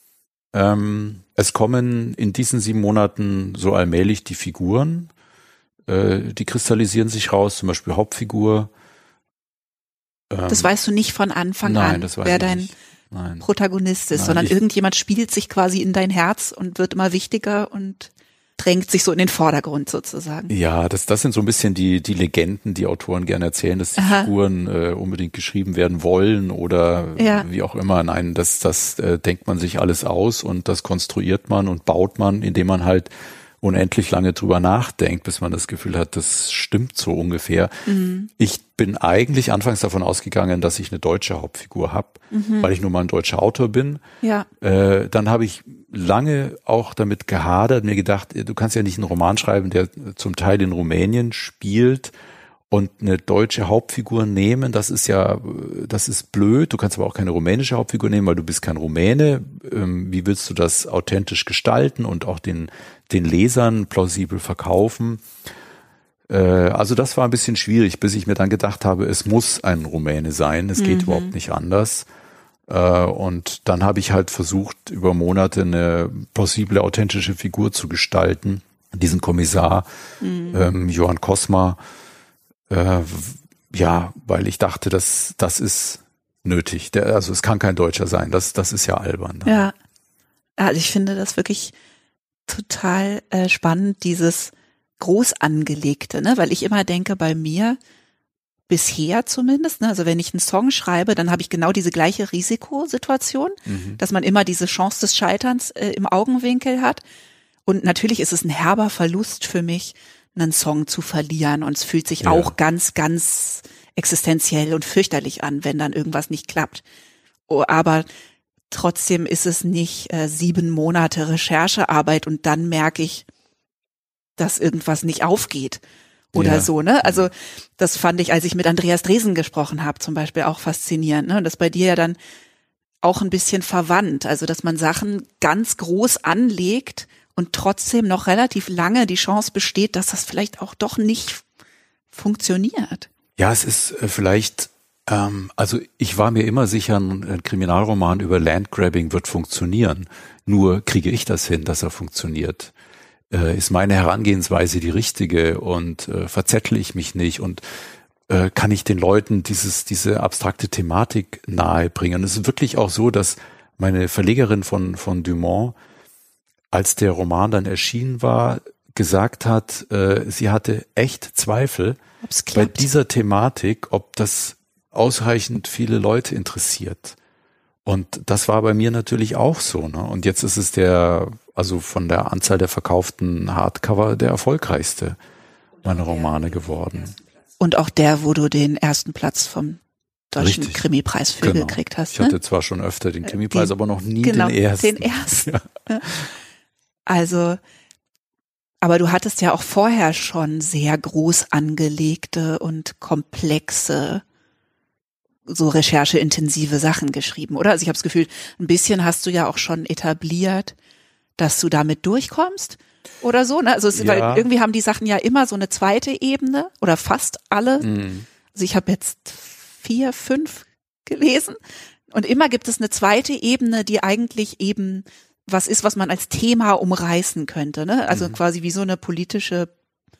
Es kommen in diesen 7 Monaten so allmählich die Figuren, die kristallisieren sich raus, zum Beispiel Hauptfigur. Das weißt du nicht von Anfang an, wer dein Protagonist ist, sondern irgendjemand spielt sich quasi in dein Herz und wird immer wichtiger und drängt sich so in den Vordergrund sozusagen. Ja, das sind so ein bisschen die Legenden, die Autoren gerne erzählen, dass die Figuren unbedingt geschrieben werden wollen oder wie auch immer. Nein, das denkt man sich alles aus, und das konstruiert man und baut man, indem man halt unendlich lange drüber nachdenkt, bis man das Gefühl hat, das stimmt so ungefähr. Ich bin eigentlich anfangs davon ausgegangen, dass ich eine deutsche Hauptfigur habe, weil ich nun mal ein deutscher Autor bin. Ja. Dann habe ich lange auch damit gehadert, mir gedacht, du kannst ja nicht einen Roman schreiben, der zum Teil in Rumänien spielt, und eine deutsche Hauptfigur nehmen, das ist blöd. Du kannst aber auch keine rumänische Hauptfigur nehmen, weil du bist kein Rumäne. Wie willst du das authentisch gestalten und auch den Lesern plausibel verkaufen? Also das war ein bisschen schwierig, bis ich mir dann gedacht habe, es muss ein Rumäne sein. Es geht überhaupt nicht anders. Und dann habe ich halt versucht, über Monate eine plausible, authentische Figur zu gestalten. Diesen Kommissar, Johann Kosma, weil ich dachte, das ist nötig. Also es kann kein Deutscher sein. Das ist ja albern. Ja, also ich finde das wirklich total spannend, dieses Großangelegte, ne? Weil ich immer denke, bei mir bisher zumindest, ne? Also wenn ich einen Song schreibe, dann habe ich genau diese gleiche Risikosituation, dass man immer diese Chance des Scheiterns im Augenwinkel hat. Und natürlich ist es ein herber Verlust für mich, einen Song zu verlieren, und es fühlt sich auch ganz, ganz existenziell und fürchterlich an, wenn dann irgendwas nicht klappt. Aber trotzdem ist es nicht 7 Monate Recherchearbeit und dann merke ich, dass irgendwas nicht aufgeht. oder so, ne? Also das fand ich, als ich mit Andreas Dresen gesprochen habe, zum Beispiel auch faszinierend, ne? Und das bei dir ja dann auch ein bisschen verwandt, also dass man Sachen ganz groß anlegt und trotzdem noch relativ lange die Chance besteht, dass das vielleicht auch doch nicht funktioniert. Ja, es ist vielleicht, also ich war mir immer sicher, ein Kriminalroman über Landgrabbing wird funktionieren. Nur kriege ich das hin, dass er funktioniert. Ist meine Herangehensweise die richtige und verzettle ich mich nicht und kann ich den Leuten diese abstrakte Thematik nahebringen. Es ist wirklich auch so, dass meine Verlegerin von Dumont, als der Roman dann erschienen war, gesagt hat, sie hatte echt Zweifel bei dieser Thematik, ob das ausreichend viele Leute interessiert. Und das war bei mir natürlich auch so, ne? Und jetzt ist es also von der Anzahl der verkauften Hardcover der erfolgreichste meiner Romane geworden. Und auch der, wo du den ersten Platz vom Deutschen Krimipreis für gekriegt hast. Ich hatte zwar schon öfter den Krimipreis, aber noch nie den ersten. Den ersten. Ja. Also, aber du hattest ja auch vorher schon sehr groß angelegte und komplexe, so rechercheintensive Sachen geschrieben, oder? Also ich habe das Gefühl, ein bisschen hast du ja auch schon etabliert, dass du damit durchkommst oder so, ne? Also weil irgendwie haben die Sachen ja immer so eine zweite Ebene oder fast alle. Also ich habe jetzt 4, 5 gelesen und immer gibt es eine zweite Ebene, die eigentlich eben was ist, was man als Thema umreißen könnte, ne? Also quasi wie so eine politische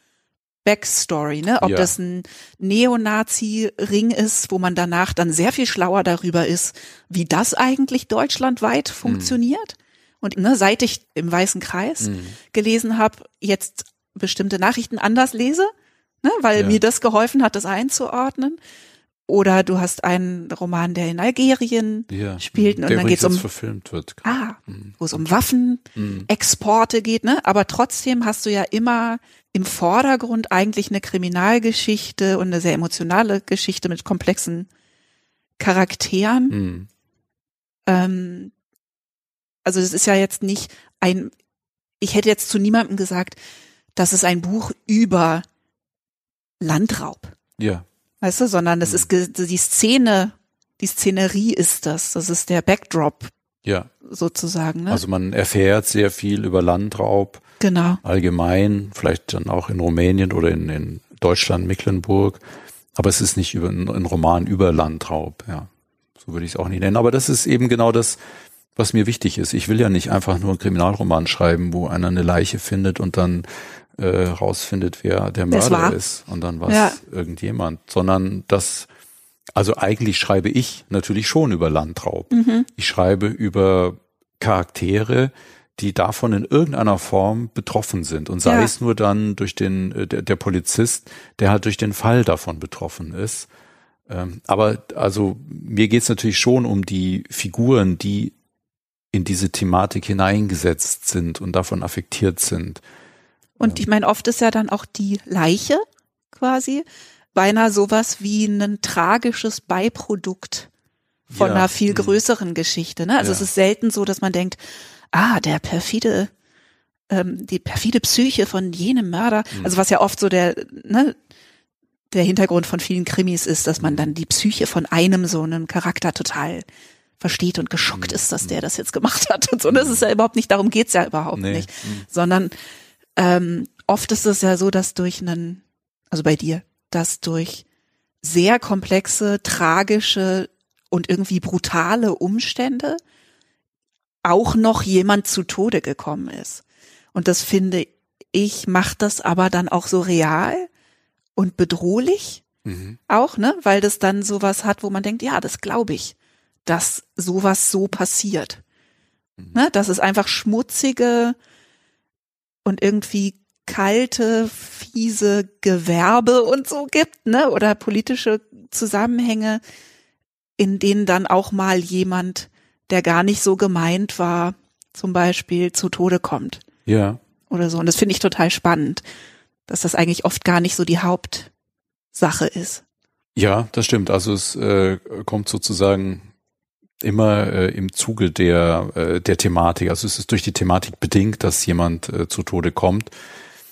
Backstory, ne? Ob das ein Neonazi-Ring ist, wo man danach dann sehr viel schlauer darüber ist, wie das eigentlich deutschlandweit funktioniert. Und ne, seit ich im Weißen Kreis gelesen habe, jetzt bestimmte Nachrichten anders lese, ne? Weil mir das geholfen hat, das einzuordnen. Oder du hast einen Roman, der in Algerien spielt und dann geht es verfilmt wird. Wo es um Waffenexporte geht, ne? Aber trotzdem hast du ja immer im Vordergrund eigentlich eine Kriminalgeschichte und eine sehr emotionale Geschichte mit komplexen Charakteren. Also das ist ja jetzt nicht ich hätte jetzt zu niemandem gesagt, das ist ein Buch über Landraub. Ja. Weißt du, sondern das ist die Szenerie ist das ist der Backdrop. Ja. Sozusagen, ne? Also man erfährt sehr viel über Landraub. Genau. Allgemein, vielleicht dann auch in Rumänien oder in Deutschland, Mecklenburg. Aber es ist nicht ein Roman über Landraub, ja. So würde ich es auch nicht nennen. Aber das ist eben genau das, was mir wichtig ist. Ich will ja nicht einfach nur einen Kriminalroman schreiben, wo einer eine Leiche findet und dann rausfindet, wer der Mörder ist. Und dann war es irgendjemand. Sondern also eigentlich schreibe ich natürlich schon über Landraub. Ich schreibe über Charaktere, die davon in irgendeiner Form betroffen sind. Und sei es nur dann durch der Polizist, der halt durch den Fall davon betroffen ist. Aber also mir geht's natürlich schon um die Figuren, die in diese Thematik hineingesetzt sind und davon affektiert sind. Und ich meine, oft ist ja dann auch die Leiche quasi beinahe sowas wie ein tragisches Beiprodukt von einer viel größeren Geschichte, ne? Also es ist selten so, dass man denkt, die perfide Psyche von jenem Mörder. Also was ja oft so der Hintergrund von vielen Krimis ist, dass man dann die Psyche von so einem Charakter total versteht und geschockt ist, dass der das jetzt gemacht hat und so. Und das ist ja überhaupt nicht, darum geht's ja überhaupt nicht. Sondern oft ist es ja so, dass bei dir, dass durch sehr komplexe, tragische und irgendwie brutale Umstände auch noch jemand zu Tode gekommen ist. Und das finde ich, macht das aber dann auch so real und bedrohlich auch, ne? Weil das dann sowas hat, wo man denkt, ja, das glaube ich, dass sowas so passiert. Ne? Dass es einfach schmutzige und irgendwie kalte, fiese Gewerbe und so gibt, ne? Oder politische Zusammenhänge, in denen dann auch mal jemand, der gar nicht so gemeint war, zum Beispiel zu Tode kommt. Ja. Oder so. Und das finde ich total spannend, dass das eigentlich oft gar nicht so die Hauptsache ist. Ja, das stimmt. Also es kommt sozusagen immer im Zuge der Thematik. Also es ist durch die Thematik bedingt, dass jemand zu Tode kommt.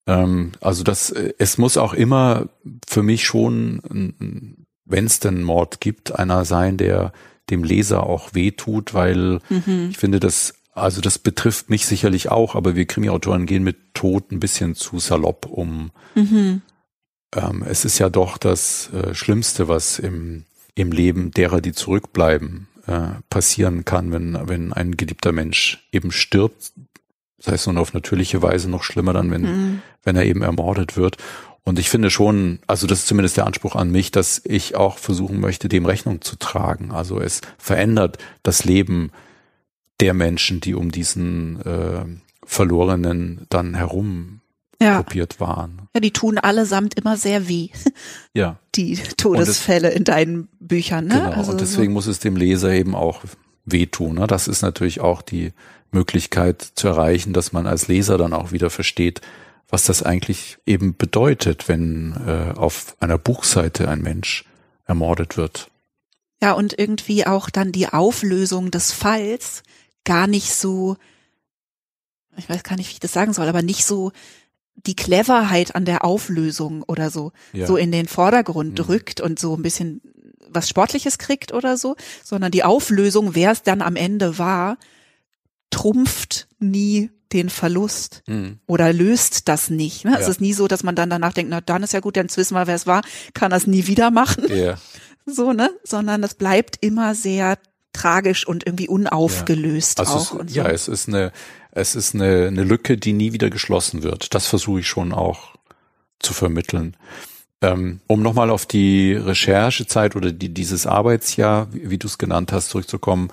Also es muss auch immer für mich schon, wenn es denn einen Mord gibt, einer sein, der dem Leser auch wehtut, weil ich finde, das betrifft mich sicherlich auch, aber wir Krimi-Autoren gehen mit Tod ein bisschen zu salopp um. Es ist ja doch das Schlimmste, was im Leben derer, die zurückbleiben, passieren kann, wenn ein geliebter Mensch eben stirbt. Das heißt nun auf natürliche Weise, noch schlimmer dann, wenn er eben ermordet wird. Und ich finde schon, also das ist zumindest der Anspruch an mich, dass ich auch versuchen möchte, dem Rechnung zu tragen. Also es verändert das Leben der Menschen, die um diesen Verlorenen dann herum gruppiert waren. Ja, die tun allesamt immer sehr weh. Ja. Die Todesfälle in deinen Büchern, ne? Genau, also und deswegen muss es dem Leser eben auch wehtun. Ne? Das ist natürlich auch die Möglichkeit zu erreichen, dass man als Leser dann auch wieder versteht, was das eigentlich eben bedeutet, wenn auf einer Buchseite ein Mensch ermordet wird. Ja, und irgendwie auch dann die Auflösung des Falls gar nicht so, ich weiß gar nicht, wie ich das sagen soll, aber nicht so die Cleverheit an der Auflösung oder so, so in den Vordergrund drückt und so ein bisschen was Sportliches kriegt oder so, sondern die Auflösung, wer es dann am Ende war, trumpft nie den Verlust oder löst das nicht. Ne? Es ist nie so, dass man dann danach denkt, na dann ist ja gut, jetzt wissen wir, wer es war, kann das nie wieder machen. So, ne? Sondern das bleibt immer sehr tragisch und irgendwie unaufgelöst auch. Und so. Ja, es ist eine Lücke, die nie wieder geschlossen wird. Das versuche ich schon auch zu vermitteln. Um nochmal auf die Recherchezeit oder dieses Arbeitsjahr, wie du es genannt hast, zurückzukommen.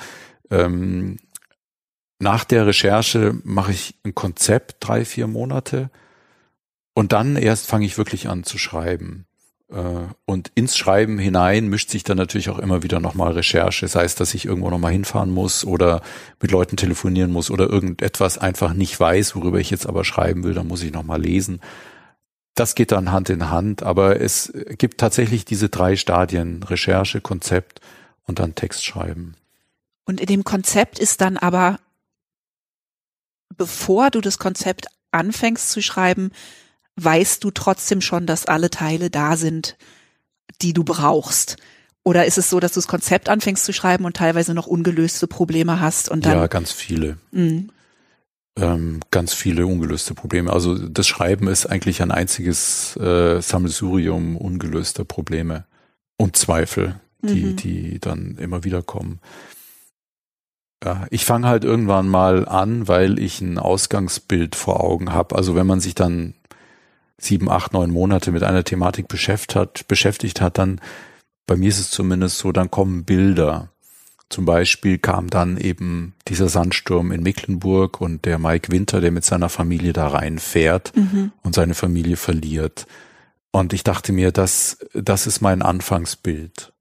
Nach der Recherche mache ich ein Konzept 3-4 Monate und dann erst fange ich wirklich an zu schreiben. Und ins Schreiben hinein mischt sich dann natürlich auch immer wieder nochmal Recherche, sei es, dass ich irgendwo nochmal hinfahren muss oder mit Leuten telefonieren muss oder irgendetwas einfach nicht weiß, worüber ich jetzt aber schreiben will, dann muss ich nochmal lesen. Das geht dann Hand in Hand, aber es gibt tatsächlich diese 3 Stadien, Recherche, Konzept und dann Text schreiben. Und in dem Konzept ist dann aber, bevor du das Konzept anfängst zu schreiben, weißt du trotzdem schon, dass alle Teile da sind, die du brauchst? Oder ist es so, dass du das Konzept anfängst zu schreiben und teilweise noch ungelöste Probleme hast? Und dann ganz viele. Ganz viele ungelöste Probleme. Also das Schreiben ist eigentlich ein einziges Sammelsurium ungelöster Probleme und Zweifel, die dann immer wieder kommen. Ja, ich fange halt irgendwann mal an, weil ich ein Ausgangsbild vor Augen habe. Also wenn man sich dann 7, 8, 9 Monate mit einer Thematik beschäftigt hat, dann, bei mir ist es zumindest so, dann kommen Bilder. Zum Beispiel kam dann eben dieser Sandsturm in Mecklenburg und der Mike Winter, der mit seiner Familie da reinfährt und seine Familie verliert. Und ich dachte mir, das ist mein Anfangsbild.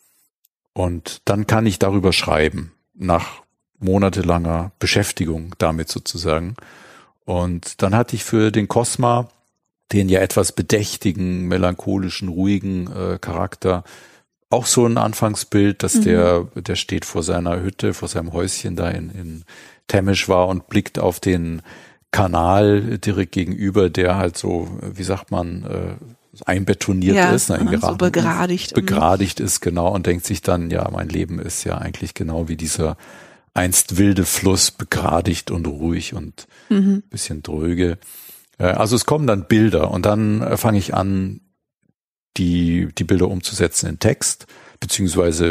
Und dann kann ich darüber schreiben, nach monatelanger Beschäftigung damit sozusagen. Und dann hatte ich für den Cosma, den ja etwas bedächtigen, melancholischen, ruhigen Charakter, auch so ein Anfangsbild, dass der steht vor seiner Hütte, vor seinem Häuschen da in Temesch war und blickt auf den Kanal direkt gegenüber, der halt so, wie sagt man, einbetoniert ist, so begradigt ist, genau, und denkt sich dann, ja, mein Leben ist ja eigentlich genau wie dieser einst wilde Fluss, begradigt und ruhig und bisschen dröge. Also es kommen dann Bilder und dann fange ich an, die Bilder umzusetzen in Text, beziehungsweise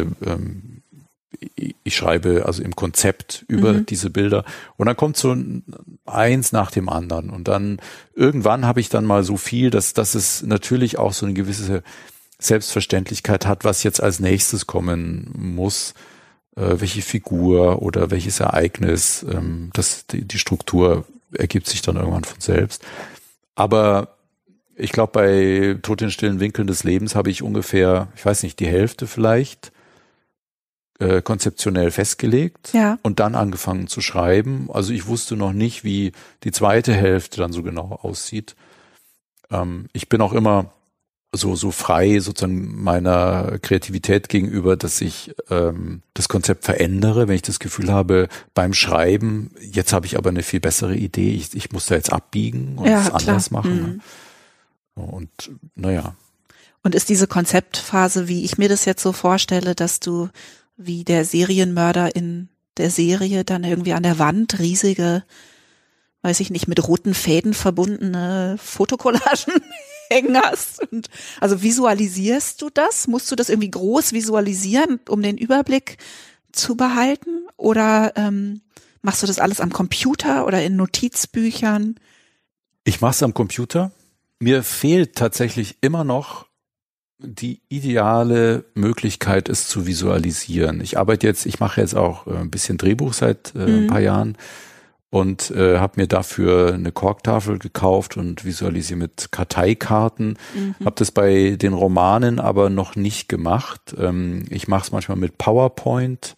ich schreibe also im Konzept über diese Bilder und dann kommt so eins nach dem anderen und dann irgendwann habe ich dann mal so viel, dass es natürlich auch so eine gewisse Selbstverständlichkeit hat, was jetzt als nächstes kommen muss, welche Figur oder welches Ereignis, die Struktur ergibt sich dann irgendwann von selbst. Aber ich glaube, bei Tod in stillen Winkeln des Lebens habe ich ungefähr, ich weiß nicht, die Hälfte vielleicht konzeptionell festgelegt und dann angefangen zu schreiben. Also ich wusste noch nicht, wie die zweite Hälfte dann so genau aussieht. Ich bin auch immer so frei sozusagen meiner Kreativität gegenüber, dass ich das Konzept verändere, wenn ich das Gefühl habe, beim Schreiben, jetzt habe ich aber eine viel bessere Idee, ich muss da jetzt abbiegen und es anders machen. Und naja. Und ist diese Konzeptphase, wie ich mir das jetzt so vorstelle, dass du wie der Serienmörder in der Serie dann irgendwie an der Wand riesige, weiß ich nicht, mit roten Fäden verbundene Fotokollagen hängen hast? Und also visualisierst du das? Musst du das irgendwie groß visualisieren, um den Überblick zu behalten? Oder machst du das alles am Computer oder in Notizbüchern? Ich mache es am Computer. Mir fehlt tatsächlich immer noch die ideale Möglichkeit, es zu visualisieren. Ich mache jetzt auch ein bisschen Drehbuch seit ein paar Jahren und habe mir dafür eine Korktafel gekauft und visualisiere mit Karteikarten. Habe das bei den Romanen aber noch nicht gemacht. Ich mache es manchmal mit PowerPoint.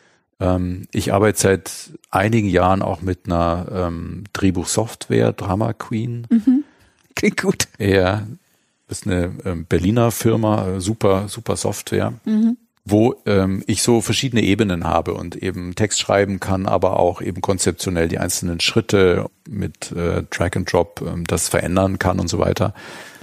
Ich arbeite seit einigen Jahren auch mit einer Drehbuchsoftware, Drama Queen. Klingt gut. Ja, ist eine Berliner Firma, super Software, wo ich so verschiedene Ebenen habe und eben Text schreiben kann, aber auch eben konzeptionell die einzelnen Schritte mit Drag and Drop das verändern kann und so weiter.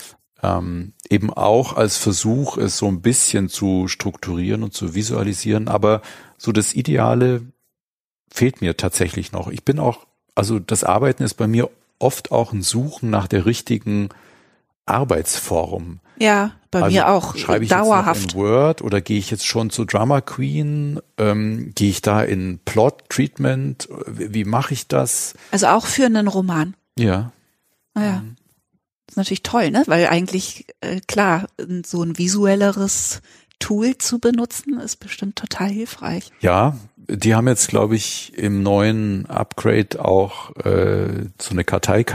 Eben auch als Versuch, es so ein bisschen zu strukturieren und zu visualisieren, aber so das Ideale fehlt mir tatsächlich noch. Also das Arbeiten ist bei mir oft auch ein Suchen nach der richtigen Arbeitsform. Ja, bei mir auch. Schreibe ich dauerhaft jetzt noch in Word oder gehe ich jetzt schon zu Drama Queen? Gehe ich da in Plot Treatment? Wie mache ich das? Also auch für einen Roman. Ja. Naja. Das ist natürlich toll, ne? Weil eigentlich, klar, so ein visuelleres Tool zu benutzen, ist bestimmt total hilfreich. Ja, die haben jetzt, glaube ich, im neuen Upgrade auch so eine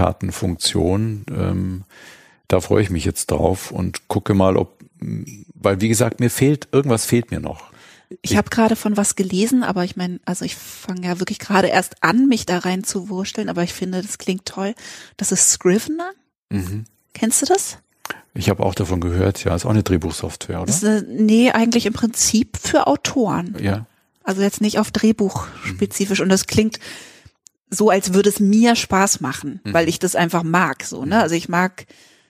Karteikartenfunktion. Da freue ich mich jetzt drauf und gucke mal, weil wie gesagt, irgendwas fehlt mir noch. Ich habe gerade von was gelesen, aber ich meine, also ich fange ja wirklich gerade erst an, mich da rein zu wursteln, aber ich finde, das klingt toll. Das ist Scrivener. Kennst du das? Ich habe auch davon gehört, ja, ist auch eine Drehbuchsoftware, oder? Nee, eigentlich im Prinzip für Autoren. Ja. Also jetzt nicht auf Drehbuch spezifisch und das klingt so, als würde es mir Spaß machen, weil ich das einfach mag, so, ne? Also ich mag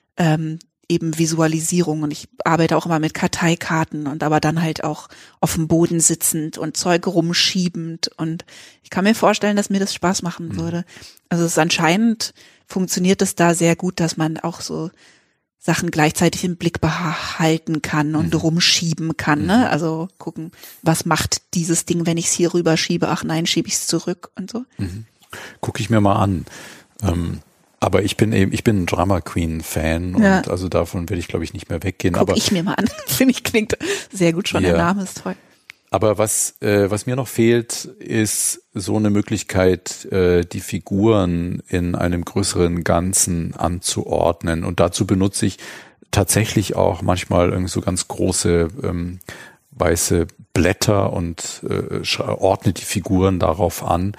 eben Visualisierung und ich arbeite auch immer mit Karteikarten und aber dann halt auch auf dem Boden sitzend und Zeug rumschiebend und ich kann mir vorstellen, dass mir das Spaß machen würde. Also es ist anscheinend funktioniert es da sehr gut, dass man auch so Sachen gleichzeitig im Blick behalten kann und rumschieben kann, ne? Also gucken, was macht dieses Ding, wenn ich es hier rüberschiebe? Ach nein, schiebe ich es zurück und so. Gucke ich mir mal an. Aber ich bin ein Drama Queen Fan und also davon werde ich, glaube ich, nicht mehr weggehen. Guck ich mir mal an. Finde ich, klingt sehr gut schon. Der Name ist toll. Aber was mir noch fehlt, ist so eine Möglichkeit, die Figuren in einem größeren Ganzen anzuordnen. Und dazu benutze ich tatsächlich auch manchmal irgendwie so ganz große weiße Blätter und ordne die Figuren darauf an.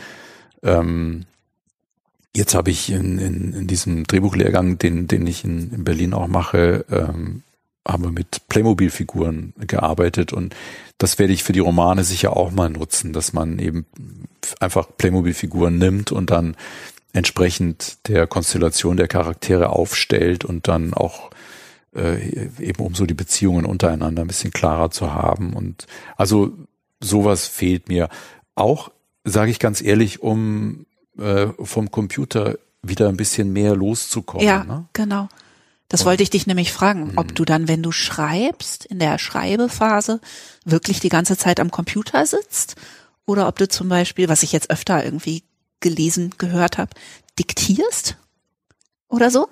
Jetzt habe ich in diesem Drehbuchlehrgang, den ich in Berlin auch mache, haben wir mit Playmobil-Figuren gearbeitet und das werde ich für die Romane sicher auch mal nutzen, dass man eben einfach Playmobil-Figuren nimmt und dann entsprechend der Konstellation der Charaktere aufstellt und dann auch eben um so die Beziehungen untereinander ein bisschen klarer zu haben. Und also sowas fehlt mir. Auch, sage ich ganz ehrlich, um vom Computer wieder ein bisschen mehr loszukommen. Ja, ne? Genau. Das wollte ich dich nämlich fragen, ob du dann, wenn du schreibst, in der Schreibephase wirklich die ganze Zeit am Computer sitzt oder ob du zum Beispiel, was ich jetzt öfter irgendwie gehört habe, diktierst oder so?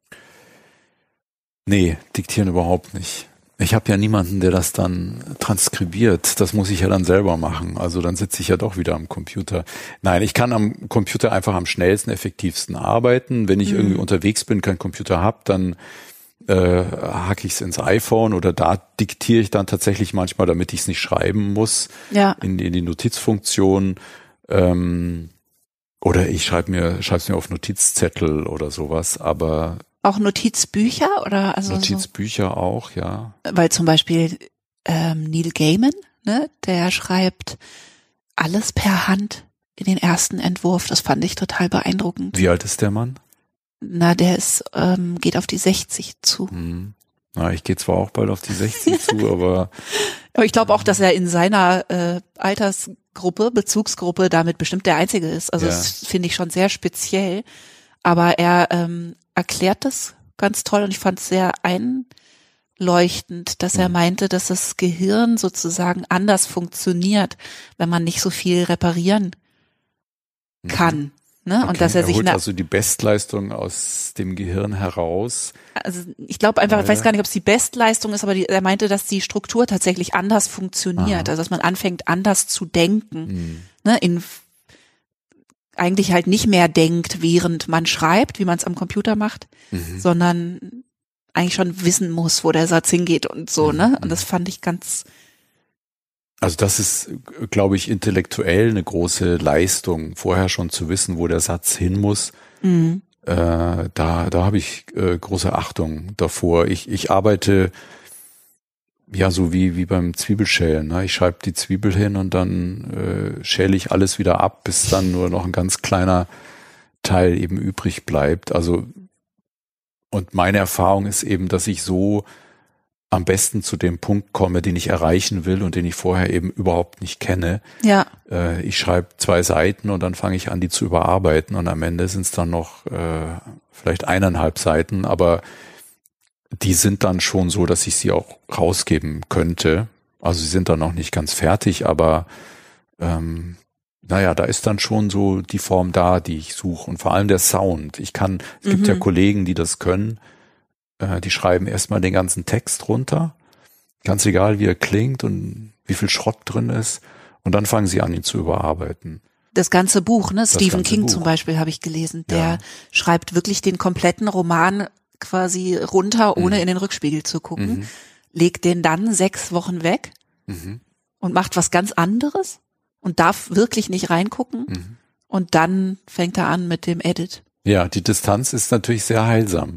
Nee, diktieren überhaupt nicht. Ich habe ja niemanden, der das dann transkribiert. Das muss ich ja dann selber machen. Also dann sitze ich ja doch wieder am Computer. Nein, ich kann am Computer einfach am schnellsten, effektivsten arbeiten. Wenn ich irgendwie unterwegs bin, keinen Computer habe, dann hacke ich es ins iPhone oder da diktiere ich dann tatsächlich manchmal, damit ich es nicht schreiben muss, in die Notizfunktion. Oder ich schreib's mir auf Notizzettel oder sowas. Aber Auch Notizbücher oder also Notizbücher auch, ja. Weil zum Beispiel Neil Gaiman, ne, der schreibt alles per Hand in den ersten Entwurf. Das fand ich total beeindruckend. Wie alt ist der Mann? Na, der ist geht auf die 60 zu. Na, ich gehe zwar auch bald auf die 60 zu, aber ich glaube auch, dass er in seiner Altersgruppe, Bezugsgruppe damit bestimmt der Einzige ist. Also das finde ich schon sehr speziell. Aber er erklärt das ganz toll und ich fand es sehr einleuchtend, dass er meinte, dass das Gehirn sozusagen anders funktioniert, wenn man nicht so viel reparieren kann. Ne? Okay, und dass er sich holt also die Bestleistung aus dem Gehirn heraus. Also ich glaube einfach, ich weiß gar nicht, ob es die Bestleistung ist, aber er meinte, dass die Struktur tatsächlich anders funktioniert, also dass man anfängt anders zu denken, ne? Eigentlich halt nicht mehr denkt, während man schreibt, wie man es am Computer macht, sondern eigentlich schon wissen muss, wo der Satz hingeht und so, ne? Und das fand ich ganz. Also das ist, glaube ich, intellektuell eine große Leistung, vorher schon zu wissen, wo der Satz hin muss. Da habe ich große Achtung davor. Ich arbeite ja so wie beim Zwiebelschälen. Ne? Ich schreibe die Zwiebel hin und dann schäle ich alles wieder ab, bis dann nur noch ein ganz kleiner Teil eben übrig bleibt. Also und meine Erfahrung ist eben, dass ich so am besten zu dem Punkt komme, den ich erreichen will und den ich vorher eben überhaupt nicht kenne. Ja. Ich schreibe 2 Seiten und dann fange ich an, die zu überarbeiten und am Ende sind es dann noch vielleicht 1,5 Seiten, aber die sind dann schon so, dass ich sie auch rausgeben könnte. Also sie sind dann noch nicht ganz fertig, aber da ist dann schon so die Form da, die ich suche und vor allem der Sound. Es gibt ja Kollegen, die das können. Die schreiben erstmal den ganzen Text runter, ganz egal wie er klingt und wie viel Schrott drin ist und dann fangen sie an, ihn zu überarbeiten. Das ganze Buch, ne? Stephen King zum Beispiel habe ich gelesen, der schreibt wirklich den kompletten Roman quasi runter, ohne in den Rückspiegel zu gucken, legt den dann 6 Wochen weg und macht was ganz anderes und darf wirklich nicht reingucken und dann fängt er an mit dem Edit. Ja, die Distanz ist natürlich sehr heilsam.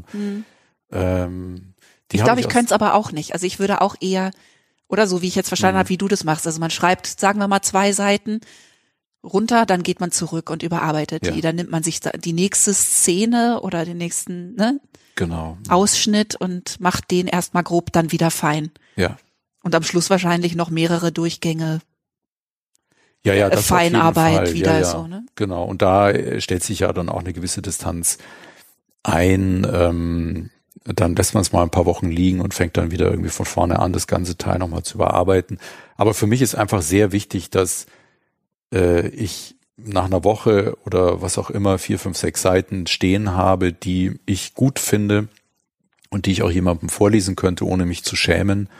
Ich glaube, ich könnte es aber auch nicht. Also ich würde auch eher, oder so wie ich jetzt verstanden habe, wie du das machst. Also man schreibt, sagen wir mal 2 Seiten runter, dann geht man zurück und überarbeitet die. Dann nimmt man sich die nächste Szene oder den nächsten Ausschnitt und macht den erstmal grob dann wieder fein. Ja. Und am Schluss wahrscheinlich noch mehrere Durchgänge. Ja, das Feinarbeit wieder so, ne? Genau. Und da stellt sich ja dann auch eine gewisse Distanz ein, dann lässt man es mal ein paar Wochen liegen und fängt dann wieder irgendwie von vorne an, das ganze Teil nochmal zu überarbeiten. Aber für mich ist einfach sehr wichtig, dass ich nach einer Woche oder was auch immer 4, 5, 6 Seiten stehen habe, die ich gut finde und die ich auch jemandem vorlesen könnte, ohne mich zu schämen.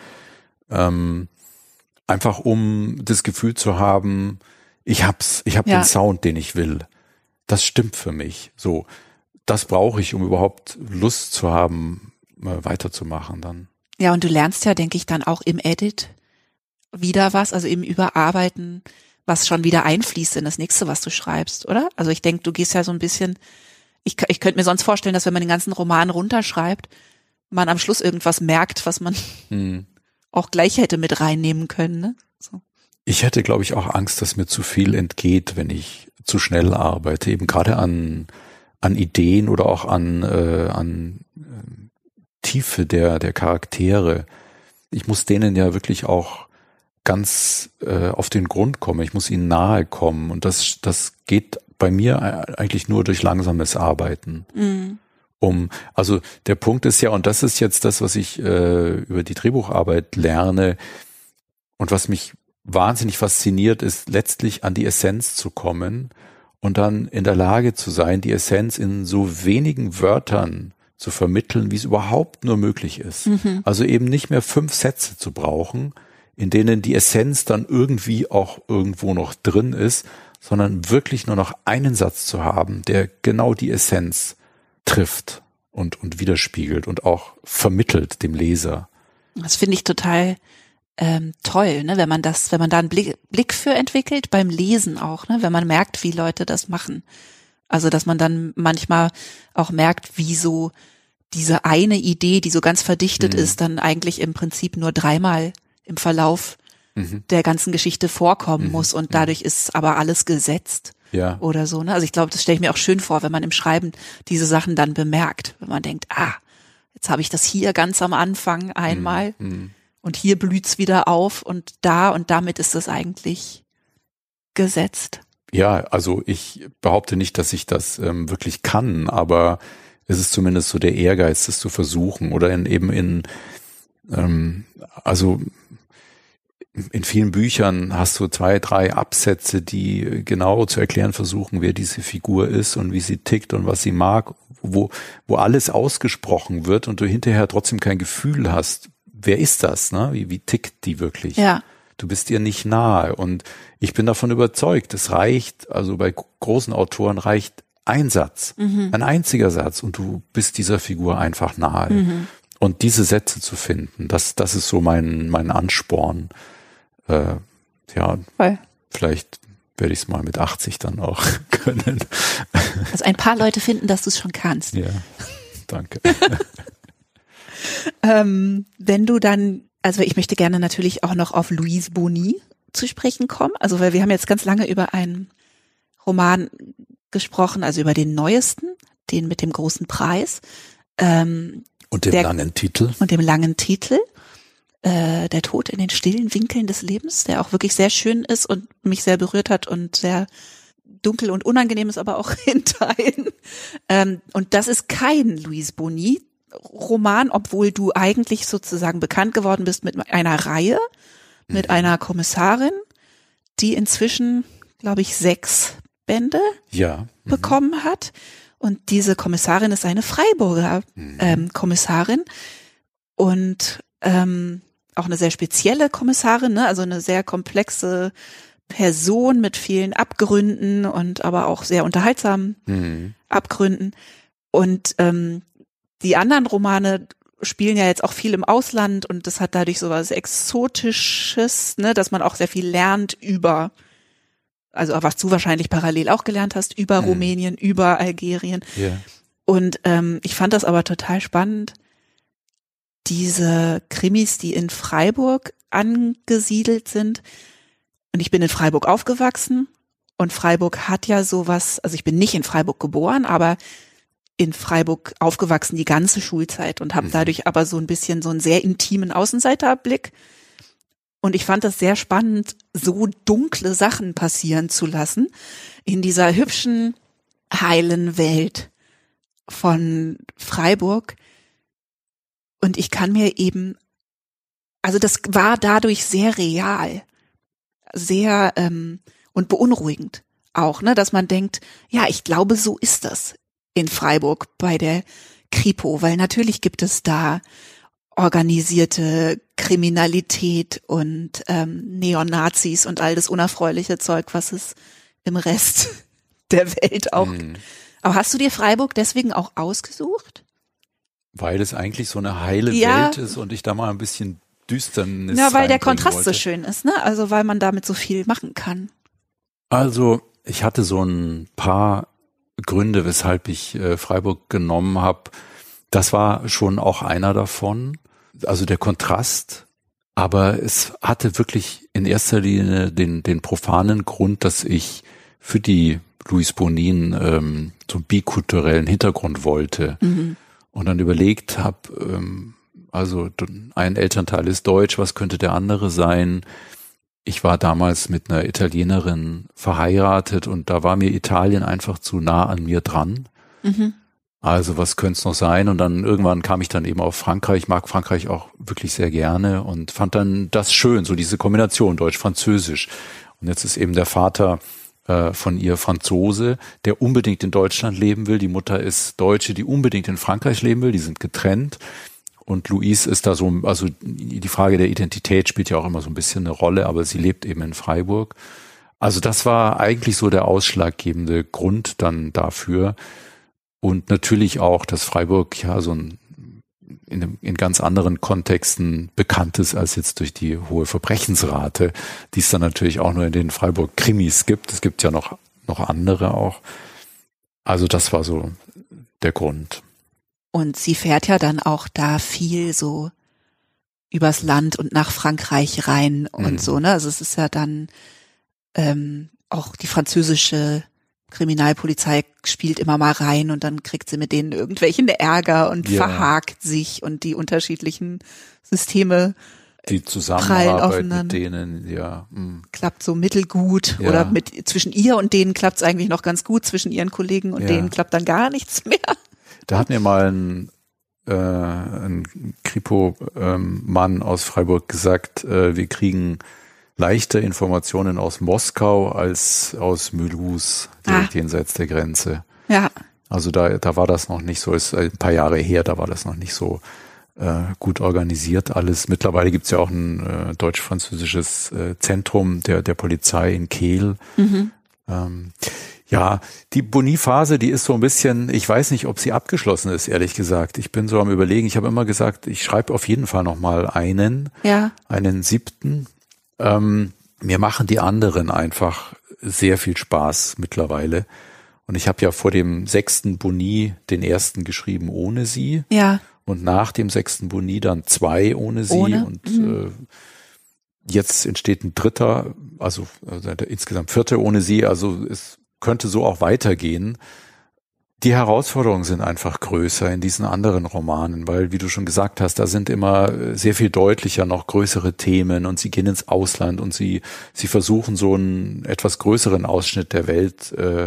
Einfach um das Gefühl zu haben, ich habe den Sound, den ich will. Das stimmt für mich. So. Das brauche ich, um überhaupt Lust zu haben, weiterzumachen dann. Ja, und du lernst ja, denke ich, dann auch im Edit wieder was, also im Überarbeiten, was schon wieder einfließt in das nächste, was du schreibst, oder? Also ich denke, du gehst ja so ein bisschen, ich könnte mir sonst vorstellen, dass wenn man den ganzen Roman runterschreibt, man am Schluss irgendwas merkt, was man auch gleich hätte mit reinnehmen können, ne? So. Ich hätte, glaube ich, auch Angst, dass mir zu viel entgeht, wenn ich zu schnell arbeite, eben gerade an Ideen oder auch an Tiefe der Charaktere. Ich muss denen ja wirklich auch ganz auf den Grund kommen. Ich muss ihnen nahe kommen und das geht bei mir eigentlich nur durch langsames Arbeiten. Also der Punkt ist ja, und das ist jetzt das, was ich über die Drehbucharbeit lerne und was mich wahnsinnig fasziniert, ist letztlich an die Essenz zu kommen und dann in der Lage zu sein, die Essenz in so wenigen Wörtern zu vermitteln, wie es überhaupt nur möglich ist. Also eben nicht mehr 5 Sätze zu brauchen, in denen die Essenz dann irgendwie auch irgendwo noch drin ist, sondern wirklich nur noch einen Satz zu haben, der genau die Essenz trifft und widerspiegelt und auch vermittelt dem Leser. Das finde ich total toll, ne, wenn man da einen Blick für entwickelt, beim Lesen auch, ne, wenn man merkt, wie Leute das machen. Also, dass man dann manchmal auch merkt, wie so diese eine Idee, die so ganz verdichtet ist, dann eigentlich im Prinzip nur 3-mal im Verlauf der ganzen Geschichte vorkommen muss und dadurch ist aber alles gesetzt oder so. Ne? Also ich glaube, das stelle ich mir auch schön vor, wenn man im Schreiben diese Sachen dann bemerkt, wenn man denkt, jetzt habe ich das hier ganz am Anfang einmal und hier blüht's wieder auf und damit ist es eigentlich gesetzt. Ja, also ich behaupte nicht, dass ich das wirklich kann, aber es ist zumindest so der Ehrgeiz, das zu versuchen oder in vielen Büchern hast du 2, 3 Absätze, die genau zu erklären versuchen, wer diese Figur ist und wie sie tickt und was sie mag, wo alles ausgesprochen wird und du hinterher trotzdem kein Gefühl hast, wer ist das, ne? Wie tickt die wirklich? Ja. Du bist ihr nicht nahe und ich bin davon überzeugt, es reicht, also bei großen Autoren reicht ein Satz, ein einziger Satz und du bist dieser Figur einfach nahe. Und diese Sätze zu finden, das ist so mein Ansporn. Vielleicht werde ich es mal mit 80 dann auch können. Also ein paar Leute finden, dass du es schon kannst. Ja, danke. Wenn du dann, also ich möchte gerne natürlich auch noch auf Louise Boni zu sprechen kommen, also weil wir haben jetzt ganz lange über einen Roman gesprochen, also über den neuesten, den mit dem großen Preis. Und dem langen Titel. Und dem langen Titel. Der Tod in den stillen Winkeln des Lebens, der auch wirklich sehr schön ist und mich sehr berührt hat und sehr dunkel und unangenehm ist, aber auch in Teilen. Und das ist kein Louise Boni Roman, obwohl du eigentlich sozusagen bekannt geworden bist mit einer Reihe, mit einer Kommissarin, die inzwischen, glaube ich, 6 Bände bekommen hat. Und diese Kommissarin ist eine Freiburger Kommissarin und auch eine sehr spezielle Kommissarin, ne? Also eine sehr komplexe Person mit vielen Abgründen und aber auch sehr unterhaltsamen Abgründen. Und die anderen Romane spielen ja jetzt auch viel im Ausland und das hat dadurch so was Exotisches, ne? Dass man auch sehr viel lernt über, also was du wahrscheinlich parallel auch gelernt hast, über Rumänien, über Algerien. Yeah. Und ich fand das aber total spannend, diese Krimis, die in Freiburg angesiedelt sind. Und ich bin in Freiburg aufgewachsen und Freiburg hat ja sowas, also ich bin nicht in Freiburg geboren, aber in Freiburg aufgewachsen die ganze Schulzeit und habe dadurch aber so ein bisschen so einen sehr intimen Außenseiterblick. Und ich fand das sehr spannend, so dunkle Sachen passieren zu lassen in dieser hübschen, heilen Welt von Freiburg. Und ich kann mir eben, also das war dadurch sehr real, sehr und beunruhigend auch, ne, dass man denkt, ja, ich glaube, so ist das in Freiburg bei der Kripo, weil natürlich gibt es da organisierte Kriminalität und Neonazis und all das unerfreuliche Zeug, was es im Rest der Welt auch. Aber hast du dir Freiburg deswegen auch ausgesucht? Weil es eigentlich so eine heile Welt ist und ich da mal ein bisschen Düsternis ja, weil der Kontrast wollte. so schön ist, ne? Also weil man damit so viel machen kann. Also ich hatte so ein paar Gründe, weshalb ich Freiburg genommen habe. Das war schon auch einer davon. Also der Kontrast. Aber es hatte wirklich in erster Linie den profanen Grund, dass ich für die Louise Bonin so einen bikulturellen Hintergrund wollte. Und dann überlegt habe, also ein Elternteil ist deutsch, was könnte der andere sein? Ich war damals mit einer Italienerin verheiratet und da war mir Italien einfach zu nah an mir dran. Also was könnte es noch sein? Und dann irgendwann kam ich dann eben auf Frankreich. Ich mag Frankreich auch wirklich sehr gerne und fand dann das schön, so diese Kombination Deutsch-Französisch. Und jetzt ist eben der Vater von ihr Franzose, der unbedingt in Deutschland leben will. Die Mutter ist Deutsche, die unbedingt in Frankreich leben will. Die sind getrennt. Und Louise ist da so, also die Frage der Identität spielt ja auch immer so ein bisschen eine Rolle, aber sie lebt eben in Freiburg. Also das war eigentlich so der ausschlaggebende Grund dann dafür. Und natürlich auch, dass Freiburg ja so in ganz anderen Kontexten bekannt ist als jetzt durch die hohe Verbrechensrate, die es dann natürlich auch nur in den Freiburg-Krimis gibt. Es gibt ja noch andere auch. Also das war so der Grund. Und sie fährt ja dann auch da viel so übers Land und nach Frankreich rein und so, ne? Also es ist ja dann auch die französische Kriminalpolizei spielt immer mal rein und dann kriegt sie mit denen irgendwelchen Ärger und verhakt sich und die unterschiedlichen Systeme die Zusammenarbeit mit denen, klappt so mittelgut oder zwischen ihr und denen klappt es eigentlich noch ganz gut, zwischen ihren Kollegen und denen klappt dann gar nichts mehr. Da hat mir mal ein Kripo-Mann aus Freiburg gesagt, wir kriegen leichter Informationen aus Moskau als aus Mulhouse, direkt jenseits der Grenze. Ja. Also da war das noch nicht so, ist ein paar Jahre her, da war das noch nicht so gut organisiert alles. Mittlerweile gibt's ja auch ein deutsch-französisches Zentrum der Polizei in Kehl. Die Boni-Phase, die ist so ein bisschen, ich weiß nicht, ob sie abgeschlossen ist, ehrlich gesagt. Ich bin so am Überlegen. Ich habe immer gesagt, ich schreibe auf jeden Fall nochmal einen 7. Mir machen die anderen einfach sehr viel Spaß mittlerweile. Und ich habe ja vor dem 6. Boni den ersten geschrieben ohne sie. Ja. Und nach dem 6. Boni dann 2 ohne sie. Und jetzt entsteht ein 3., also insgesamt 4. ohne sie. Also es könnte so auch weitergehen. Die Herausforderungen sind einfach größer in diesen anderen Romanen, weil, wie du schon gesagt hast, da sind immer sehr viel deutlicher noch größere Themen und sie gehen ins Ausland und sie versuchen so einen etwas größeren Ausschnitt der Welt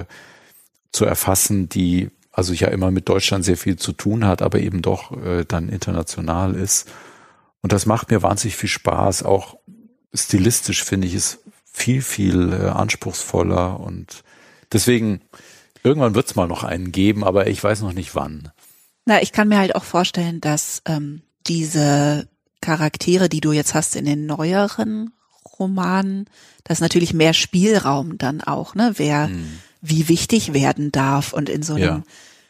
zu erfassen, die also ja immer mit Deutschland sehr viel zu tun hat, aber eben doch dann international ist. Und das macht mir wahnsinnig viel Spaß. Auch stilistisch finde ich es viel, viel anspruchsvoller und deswegen irgendwann wird es mal noch einen geben, aber ich weiß noch nicht wann. Na, ich kann mir halt auch vorstellen, dass diese Charaktere, die du jetzt hast in den neueren Romanen, da ist natürlich mehr Spielraum dann auch, ne? Wer wie wichtig werden darf. Und in so einem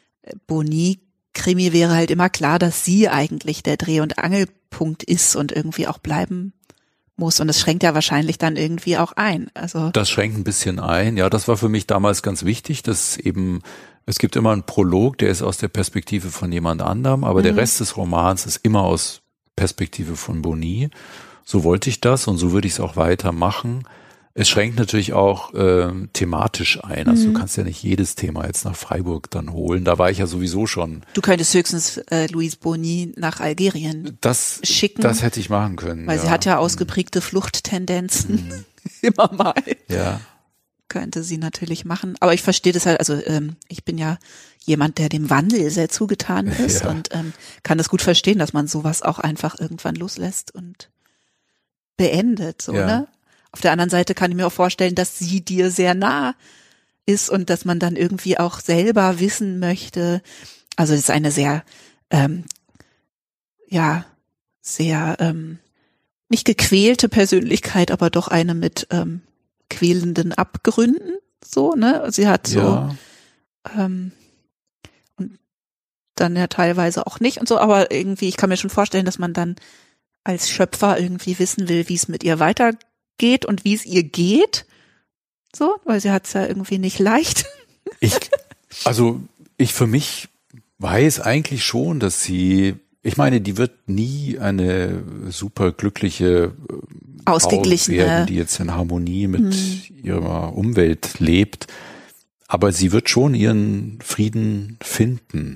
Boni-Krimi wäre halt immer klar, dass sie eigentlich der Dreh- und Angelpunkt ist und irgendwie auch bleiben muss. Und das schränkt ja wahrscheinlich dann irgendwie auch ein. Also das schränkt ein bisschen ein. Ja, das war für mich damals ganz wichtig, dass eben, es gibt immer einen Prolog, der ist aus der Perspektive von jemand anderem, aber der Rest des Romans ist immer aus Perspektive von Boni. So wollte ich das und so würde ich es auch weitermachen. Es schränkt natürlich auch thematisch ein. Also du kannst ja nicht jedes Thema jetzt nach Freiburg dann holen. Da war ich ja sowieso schon. Du könntest höchstens Louise Boni nach Algerien schicken. Das hätte ich machen können. Weil sie hat ja ausgeprägte Fluchttendenzen. Immer mal. Ja. Könnte sie natürlich machen. Aber ich verstehe das halt, also ich bin ja jemand, der dem Wandel sehr zugetan ist und kann das gut verstehen, dass man sowas auch einfach irgendwann loslässt und beendet, so, ne? Auf der anderen Seite kann ich mir auch vorstellen, dass sie dir sehr nah ist und dass man dann irgendwie auch selber wissen möchte. Also es ist eine sehr, sehr nicht gequälte Persönlichkeit, aber doch eine mit quälenden Abgründen, so, ne? Sie hat so und dann ja teilweise auch nicht und so, aber irgendwie, ich kann mir schon vorstellen, dass man dann als Schöpfer irgendwie wissen will, wie es mit ihr weitergeht und wie es ihr geht, so, weil sie hat es ja irgendwie nicht leicht. Ich für mich weiß eigentlich schon, dass sie, ich meine, die wird nie eine super glückliche ausgeglichene Frau werden, die jetzt in Harmonie mit ihrer Umwelt lebt, aber sie wird schon ihren Frieden finden.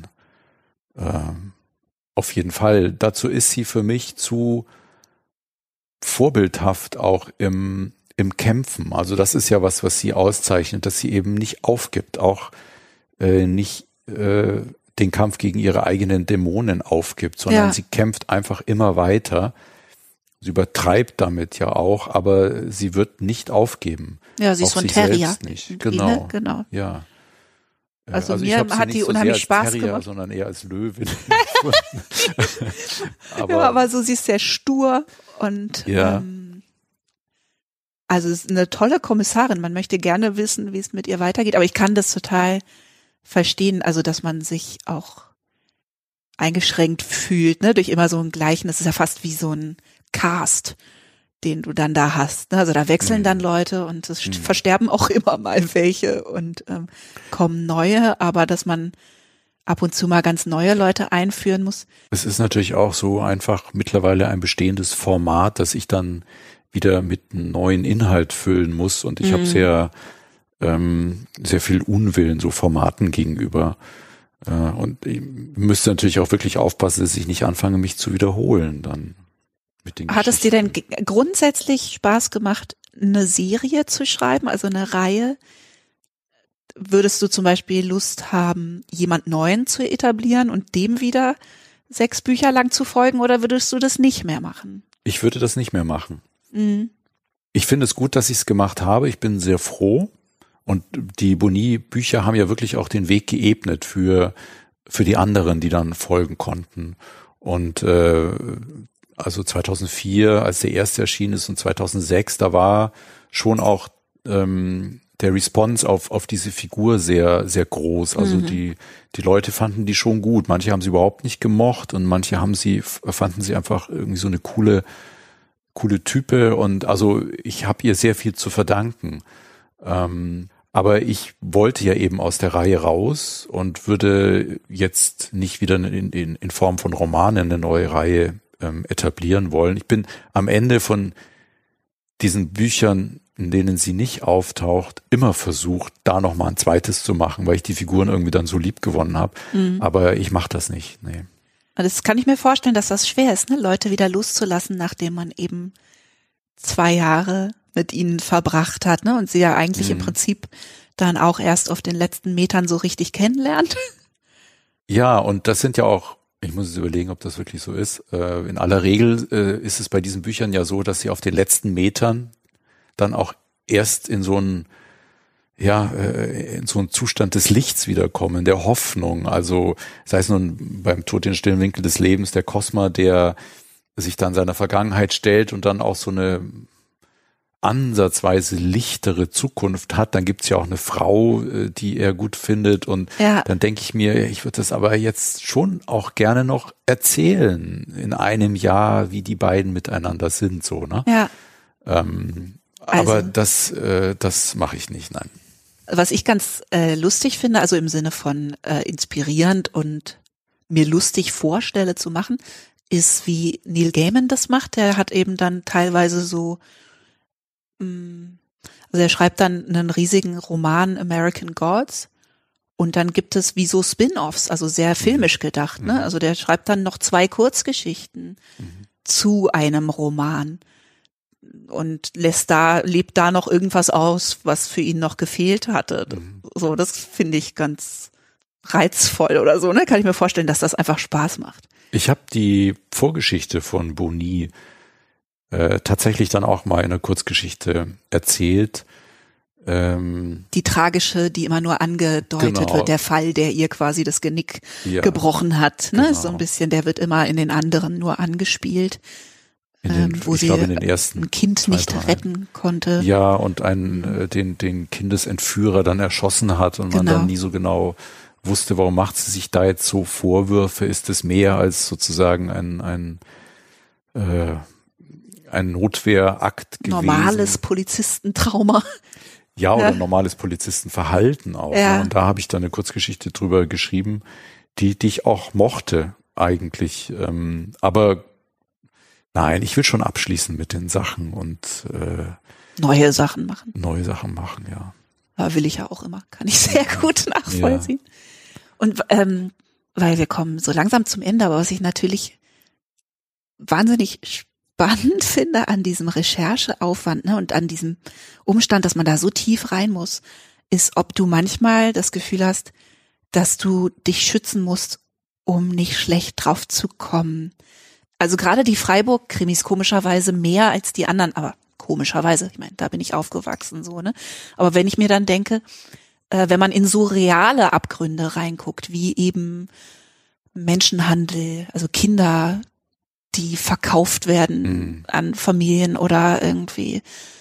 Auf jeden Fall. Dazu ist sie für mich zu vorbildhaft auch im Kämpfen. Also das ist ja was sie auszeichnet, dass sie eben nicht aufgibt, auch nicht den Kampf gegen ihre eigenen Dämonen aufgibt, sondern sie kämpft einfach immer weiter. Sie übertreibt damit ja auch, aber sie wird nicht aufgeben. Ja, sie ist von Terrier. Nicht. Genau. Ne? Genau. Ja. Also mir hat die unheimlich Spaß Terrier, gemacht. Sondern eher als Löwin. aber so, sie ist sehr stur und also es ist eine tolle Kommissarin. Man möchte gerne wissen, wie es mit ihr weitergeht, aber ich kann das total verstehen, also dass man sich auch eingeschränkt fühlt, ne, durch immer so ein Gleichnis. Das ist ja fast wie so ein Cast, den du dann da hast. Ne? Also da wechseln dann Leute und es versterben auch immer mal welche und kommen neue, aber dass man ab und zu mal ganz neue Leute einführen muss. Es ist natürlich auch so einfach mittlerweile ein bestehendes Format, das ich dann wieder mit einem neuen Inhalt füllen muss. Und ich habe sehr viel Unwillen so Formaten gegenüber. Und ich müsste natürlich auch wirklich aufpassen, dass ich nicht anfange, mich zu wiederholen dann mit den Hat es dir denn grundsätzlich Spaß gemacht, eine Serie zu schreiben, also eine Reihe? Würdest du zum Beispiel Lust haben, jemand Neuen zu etablieren und dem wieder 6 Bücher lang zu folgen, oder würdest du das nicht mehr machen? Ich würde das nicht mehr machen. Ich finde es gut, dass ich es gemacht habe. Ich bin sehr froh. Und die Bonny-Bücher haben ja wirklich auch den Weg geebnet für die anderen, die dann folgen konnten. Und also 2004, als der erste erschienen ist, und 2006, da war schon auch der Response auf diese Figur sehr, sehr groß. Also die Leute fanden die schon gut. Manche haben sie überhaupt nicht gemocht und manche fanden sie einfach irgendwie so eine coole Type. Und also ich habe ihr sehr viel zu verdanken. Aber ich wollte ja eben aus der Reihe raus und würde jetzt nicht wieder in Form von Romanen eine neue Reihe etablieren wollen. Ich bin am Ende von diesen Büchern, in denen sie nicht auftaucht, immer versucht, da nochmal ein zweites zu machen, weil ich die Figuren irgendwie dann so lieb gewonnen habe. Aber ich mache das nicht. Nee. Das kann ich mir vorstellen, dass das schwer ist, ne? Leute wieder loszulassen, nachdem man eben 2 Jahre mit ihnen verbracht hat, ne? Und sie ja eigentlich im Prinzip dann auch erst auf den letzten Metern so richtig kennenlernt. Ja, und das sind ja auch, ich muss jetzt überlegen, ob das wirklich so ist. In aller Regel ist es bei diesen Büchern ja so, dass sie auf den letzten Metern dann auch erst in so einen Zustand des Lichts wiederkommen, der Hoffnung. Also sei es nun beim Tod in den stillen Winkel des Lebens, der Cosma, der sich dann seiner Vergangenheit stellt und dann auch so eine ansatzweise lichtere Zukunft hat. Dann gibt's ja auch eine Frau, die er gut findet, und dann denke ich mir, ich würde das aber jetzt schon auch gerne noch erzählen in einem Jahr, wie die beiden miteinander sind, so, ne? Ja. Aber das mache ich nicht, nein. Was ich ganz lustig finde, also im Sinne von inspirierend und mir lustig vorstelle zu machen, ist, wie Neil Gaiman das macht. Der hat eben dann teilweise so, also er schreibt dann einen riesigen Roman American Gods und dann gibt es wie so Spin-offs, also sehr filmisch gedacht, ne? Also der schreibt dann noch 2 Kurzgeschichten zu einem Roman und lebt da noch irgendwas aus, was für ihn noch gefehlt hatte. So, das finde ich ganz reizvoll oder so, ne? Kann ich mir vorstellen, dass das einfach Spaß macht. Ich habe die Vorgeschichte von Bonny tatsächlich dann auch mal in einer Kurzgeschichte erzählt. Die tragische, die immer nur angedeutet wird, der Fall, der ihr quasi das Genick gebrochen hat, ne? Genau. So ein bisschen, der wird immer in den anderen nur angespielt, wo sie ein Kind nicht retten konnte. Ja, und den Kindesentführer dann erschossen hat und man dann nie so genau wusste, warum macht sie sich da jetzt so Vorwürfe? Ist es mehr als sozusagen ein Notwehrakt gewesen? Normales Polizistentrauma. Ja, oder normales Polizistenverhalten auch. Ja. Ne? Und da habe ich dann eine Kurzgeschichte drüber geschrieben, die ich auch mochte eigentlich. Aber nein, ich will schon abschließen mit den Sachen und neue Sachen machen. Ja. Ja, will ich ja auch immer. Kann ich sehr gut nachvollziehen. Ja. Und weil wir kommen so langsam zum Ende, aber was ich natürlich wahnsinnig spannend finde an diesem Rechercheaufwand, ne, und an diesem Umstand, dass man da so tief rein muss, ist, ob du manchmal das Gefühl hast, dass du dich schützen musst, um nicht schlecht drauf zu kommen. Also gerade die Freiburg-Krimis komischerweise mehr als die anderen, aber komischerweise, ich meine, da bin ich aufgewachsen, so, ne? Aber wenn ich mir dann denke, wenn man in so reale Abgründe reinguckt, wie eben Menschenhandel, also Kinder, die verkauft werden an Familien oder irgendwie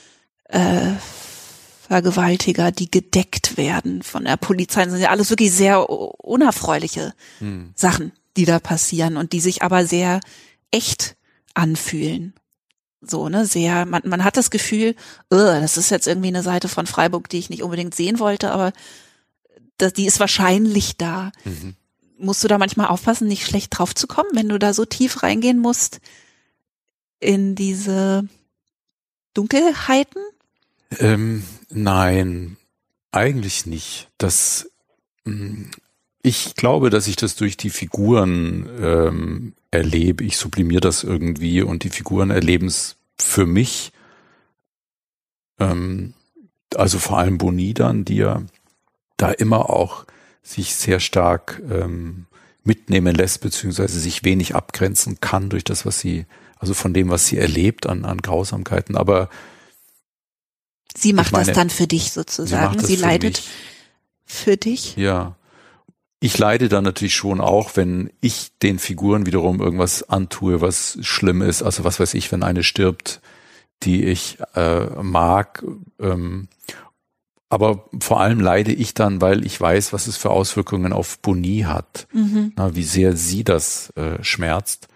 Vergewaltiger, die gedeckt werden von der Polizei, das sind ja alles wirklich sehr unerfreuliche Sachen, die da passieren und die sich aber sehr echt anfühlen. So, ne, sehr, man hat das Gefühl, das ist jetzt irgendwie eine Seite von Freiburg, die ich nicht unbedingt sehen wollte, aber die ist wahrscheinlich da. musst du da manchmal aufpassen, nicht schlecht drauf zu kommen, wenn du da so tief reingehen musst in diese Dunkelheiten? Nein, eigentlich nicht. Ich glaube, dass ich das durch die Figuren erlebe. Ich sublimiere das irgendwie und die Figuren erleben es für mich. Also vor allem Boni dann, die ja da immer auch sich sehr stark mitnehmen lässt, beziehungsweise sich wenig abgrenzen kann durch das, was sie, also von dem, was sie erlebt an Grausamkeiten. Aber sie macht das dann für dich sozusagen. Sie leidet für dich. Ja. Ich leide dann natürlich schon auch, wenn ich den Figuren wiederum irgendwas antue, was schlimm ist. Also was weiß ich, wenn eine stirbt, die ich mag. Aber vor allem leide ich dann, weil ich weiß, was es für Auswirkungen auf Boni hat. Na, wie sehr sie das schmerzt.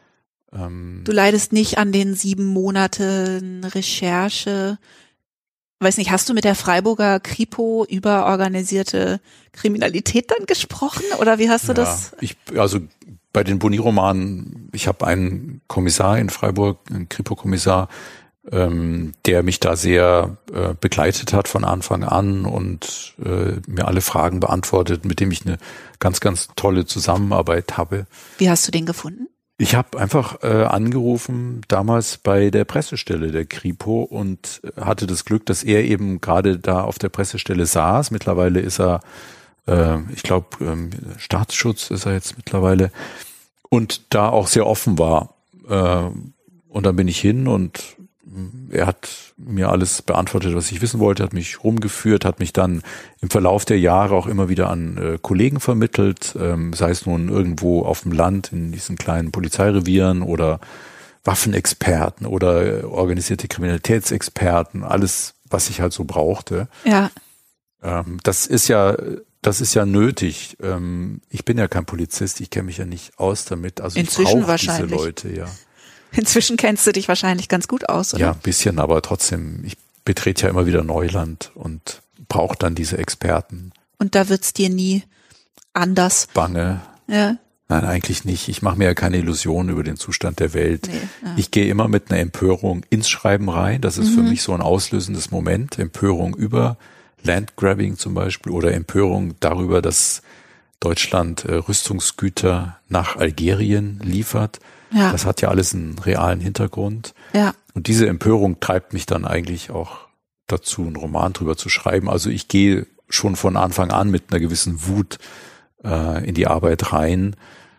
Du leidest nicht an den 7 Monaten Recherche. Weiß nicht, hast du mit der Freiburger Kripo über organisierte Kriminalität dann gesprochen? Oder wie hast du das? Also bei den Boni-Romanen, ich habe einen Kommissar in Freiburg, einen Kripo-Kommissar, der mich da sehr begleitet hat von Anfang an und mir alle Fragen beantwortet, mit dem ich eine ganz, ganz tolle Zusammenarbeit habe. Wie hast du den gefunden? Ich habe einfach angerufen damals bei der Pressestelle der Kripo und hatte das Glück, dass er eben gerade da auf der Pressestelle saß. Mittlerweile ist er, ich glaube, Staatsschutz ist er jetzt mittlerweile und da auch sehr offen war. Und dann bin ich hin und er hat mir alles beantwortet, was ich wissen wollte, hat mich rumgeführt, hat mich dann im Verlauf der Jahre auch immer wieder an Kollegen vermittelt, sei es nun irgendwo auf dem Land in diesen kleinen Polizeirevieren oder Waffenexperten oder organisierte Kriminalitätsexperten, alles, was ich halt so brauchte. Ja. Das ist ja nötig. Ich bin ja kein Polizist, ich kenne mich ja nicht aus damit. Also inzwischen ich brauche diese wahrscheinlich. Leute, ja. Inzwischen kennst du dich wahrscheinlich ganz gut aus, oder? Ja, ein bisschen, aber trotzdem, ich betrete ja immer wieder Neuland und brauche dann diese Experten. Und da wird's dir nie anders. Bange. Ja. Nein, eigentlich nicht. Ich mache mir ja keine Illusionen über den Zustand der Welt. Nee, ja. Ich gehe immer mit einer Empörung ins Schreiben rein. Das ist für mich so ein auslösendes Moment. Empörung über Landgrabbing zum Beispiel oder Empörung darüber, dass Deutschland Rüstungsgüter nach Algerien liefert. Ja. Das hat ja alles einen realen Hintergrund. Ja. Und diese Empörung treibt mich dann eigentlich auch dazu, einen Roman drüber zu schreiben. Also ich gehe schon von Anfang an mit einer gewissen Wut in die Arbeit rein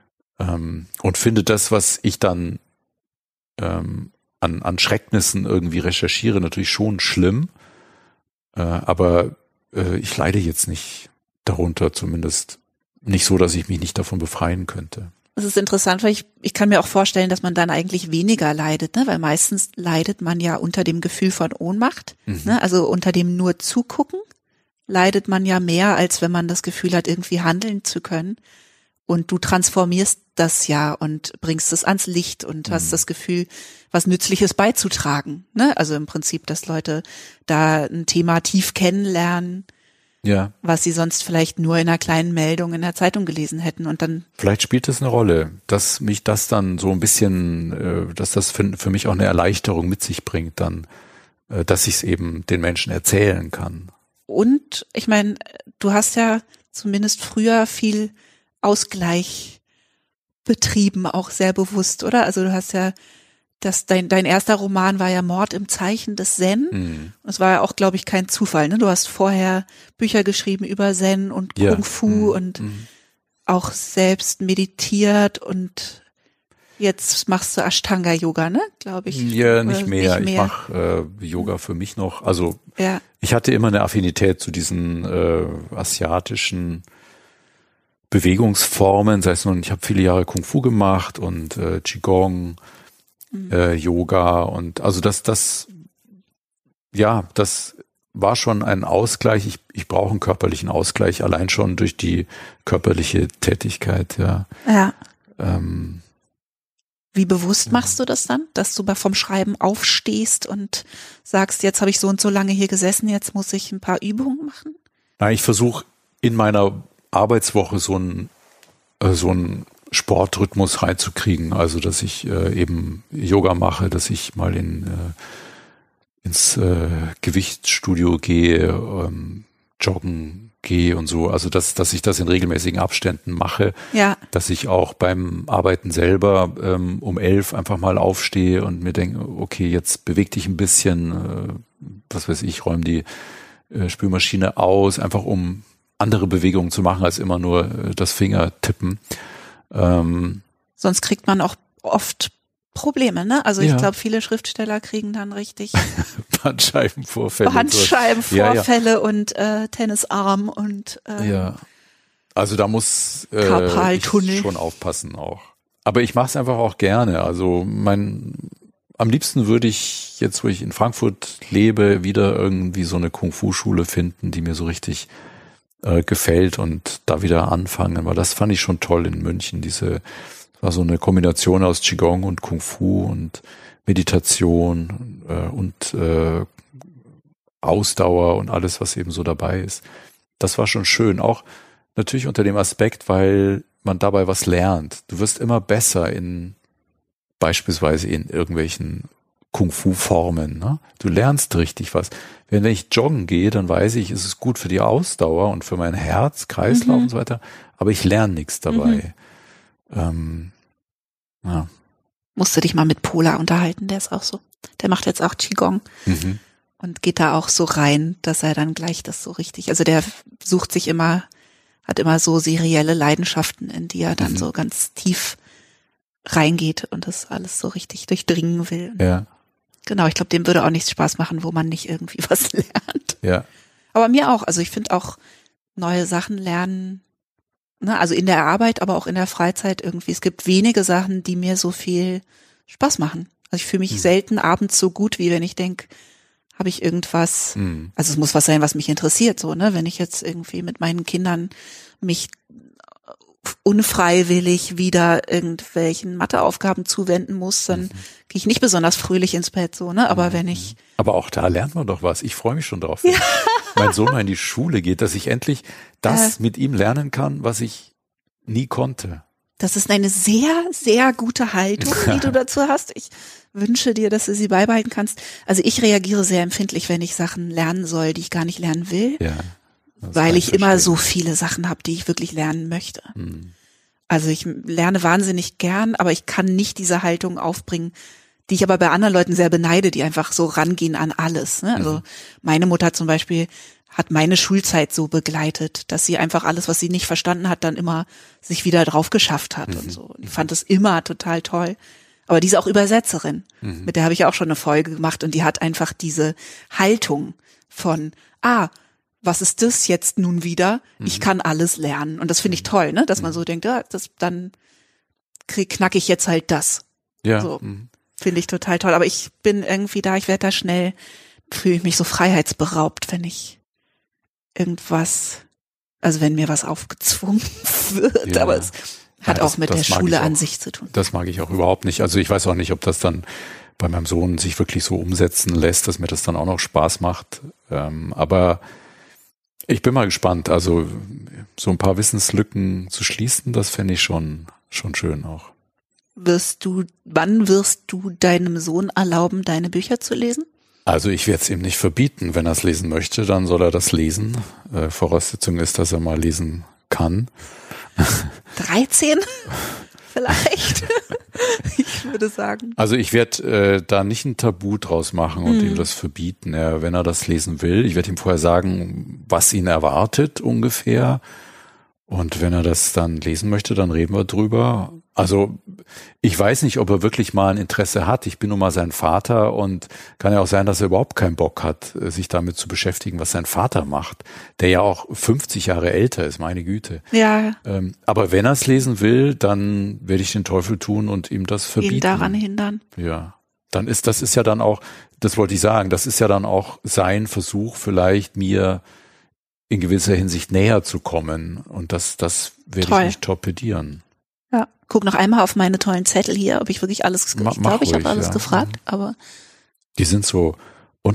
und finde das, was ich dann an Schrecknissen irgendwie recherchiere, natürlich schon schlimm. Aber ich leide jetzt nicht darunter, zumindest nicht so, dass ich mich nicht davon befreien könnte. Das ist interessant, weil ich kann mir auch vorstellen, dass man dann eigentlich weniger leidet, ne? Weil meistens leidet man ja unter dem Gefühl von Ohnmacht, ne? Also unter dem nur Zugucken leidet man ja mehr, als wenn man das Gefühl hat, irgendwie handeln zu können. Und du transformierst das ja und bringst es ans Licht und hast das Gefühl, was Nützliches beizutragen, ne? Also im Prinzip, dass Leute da ein Thema tief kennenlernen, ja, was sie sonst vielleicht nur in einer kleinen Meldung in der Zeitung gelesen hätten und dann. Vielleicht spielt es eine Rolle, dass mich das dann so ein bisschen, dass das für mich auch eine Erleichterung mit sich bringt, dann, dass ich es eben den Menschen erzählen kann. Und ich meine, du hast ja zumindest früher viel Ausgleich betrieben, auch sehr bewusst, oder? Also du hast ja dein erster Roman war ja Mord im Zeichen des Zen. Und es war ja auch, glaube ich, kein Zufall, ne? Du hast vorher Bücher geschrieben über Zen und Kung Fu und auch selbst meditiert und jetzt machst du Ashtanga-Yoga, ne? Glaube ich. Ja, nicht mehr. Ich mache Yoga für mich noch. Also ich hatte immer eine Affinität zu diesen asiatischen Bewegungsformen. Das heißt nun, ich habe viele Jahre Kung Fu gemacht und Qigong, Yoga und also das war schon ein Ausgleich. Ich brauche einen körperlichen Ausgleich, allein schon durch die körperliche Tätigkeit, ja. Ja. Wie bewusst machst du das dann, dass du vom Schreiben aufstehst und sagst, jetzt habe ich so und so lange hier gesessen, jetzt muss ich ein paar Übungen machen? Nein, ich versuche in meiner Arbeitswoche so einen so einen Sportrhythmus reinzukriegen. Also, dass ich eben Yoga mache, dass ich mal ins Gewichtsstudio gehe, joggen gehe und so. Also, dass ich das in regelmäßigen Abständen mache. Ja. Dass ich auch beim Arbeiten selber um 11 einfach mal aufstehe und mir denke, okay, jetzt beweg dich ein bisschen, was weiß ich, räume die Spülmaschine aus, einfach um andere Bewegungen zu machen, als immer nur das Fingertippen. Sonst kriegt man auch oft Probleme, ne? Also ich glaube, viele Schriftsteller kriegen dann richtig Bandscheibenvorfälle. Bandscheibenvorfälle und Tennisarm und ja. Also da muss Karpaltunnel. Ich schon aufpassen auch. Aber ich mache es einfach auch gerne. Also am liebsten würde ich jetzt, wo ich in Frankfurt lebe, wieder irgendwie so eine Kung-Fu-Schule finden, die mir so richtig gefällt und da wieder anfangen. Weil das fand ich schon toll in München. War so eine Kombination aus Qigong und Kung Fu und Meditation und Ausdauer und alles, was eben so dabei ist. Das war schon schön. Auch natürlich unter dem Aspekt, weil man dabei was lernt. Du wirst immer besser beispielsweise in irgendwelchen Kung Fu Formen. Ne? Du lernst richtig was. Wenn ich joggen gehe, dann weiß ich, es ist gut für die Ausdauer und für mein Herz, Kreislauf und so weiter. Aber ich lerne nichts dabei. Ja. Musst du dich mal mit Pola unterhalten, der ist auch so. Der macht jetzt auch Qigong und geht da auch so rein, dass er dann gleich das so richtig, also der hat immer so serielle Leidenschaften, in die er dann so ganz tief reingeht und das alles so richtig durchdringen will. Ja. Genau, ich glaube, dem würde auch nichts Spaß machen, wo man nicht irgendwie was lernt. Ja. Aber mir auch, also ich finde auch neue Sachen lernen, ne, also in der Arbeit, aber auch in der Freizeit irgendwie. Es gibt wenige Sachen, die mir so viel Spaß machen. Also ich fühle mich selten abends so gut, wie wenn ich denke, habe ich irgendwas, also es muss was sein, was mich interessiert, so, ne, wenn ich jetzt irgendwie mit meinen Kindern mich unfreiwillig wieder irgendwelchen Matheaufgaben zuwenden muss, dann gehe ich nicht besonders fröhlich ins Bett, so, ne, aber wenn ich. Aber auch da lernt man doch was. Ich freue mich schon drauf. Ja. Mein Sohn mal in die Schule geht, dass ich endlich das mit ihm lernen kann, was ich nie konnte. Das ist eine sehr, sehr gute Haltung, die du dazu hast. Ich wünsche dir, dass du sie beibehalten kannst. Also ich reagiere sehr empfindlich, wenn ich Sachen lernen soll, die ich gar nicht lernen will, weil ich immer so viele Sachen habe, die ich wirklich lernen möchte. Also ich lerne wahnsinnig gern, aber ich kann nicht diese Haltung aufbringen, die ich aber bei anderen Leuten sehr beneide, die einfach so rangehen an alles. Ne? Also meine Mutter zum Beispiel hat meine Schulzeit so begleitet, dass sie einfach alles, was sie nicht verstanden hat, dann immer sich wieder drauf geschafft hat und so. Ich fand das immer total toll. Aber die ist auch Übersetzerin. Mit der habe ich auch schon eine Folge gemacht und die hat einfach diese Haltung von, was ist das jetzt nun wieder? Ich kann alles lernen. Und das finde ich toll, ne? Dass man so denkt, ja, dann knacke ich jetzt halt das. Ja. So. Finde ich total toll. Aber ich bin irgendwie da, ich werde da schnell, fühle ich mich so freiheitsberaubt, wenn ich irgendwas, also wenn mir was aufgezwungen wird. Ja. Aber es hat auch mit der Schule an sich zu tun. Das mag ich auch überhaupt nicht. Also ich weiß auch nicht, ob das dann bei meinem Sohn sich wirklich so umsetzen lässt, dass mir das dann auch noch Spaß macht. Aber ich bin mal gespannt. Also so ein paar Wissenslücken zu schließen, das fände ich schon schön auch. Wann wirst du deinem Sohn erlauben, deine Bücher zu lesen? Also ich werde es ihm nicht verbieten. Wenn er es lesen möchte, dann soll er das lesen. Voraussetzung ist, dass er mal lesen kann. 13? Vielleicht? Ich würde sagen. Also ich werde da nicht ein Tabu draus machen und ihm das verbieten. Wenn er das lesen will, ich werde ihm vorher sagen, was ihn erwartet ungefähr. Und wenn er das dann lesen möchte, dann reden wir drüber. Also ich weiß nicht, ob er wirklich mal ein Interesse hat. Ich bin nun mal sein Vater und kann ja auch sein, dass er überhaupt keinen Bock hat, sich damit zu beschäftigen, was sein Vater macht, der ja auch 50 Jahre älter ist, meine Güte. Ja. Aber wenn er es lesen will, dann werde ich den Teufel tun und ihm das verbieten. Ihn daran hindern. Ja. Das ist ja dann auch, das wollte ich sagen, das ist ja dann auch sein Versuch, vielleicht mir in gewisser Hinsicht näher zu kommen. Und das werde ich nicht torpedieren. Ja, guck noch einmal auf meine tollen Zettel hier, ob ich wirklich alles, ich glaube, ich habe alles gefragt, aber. Die sind so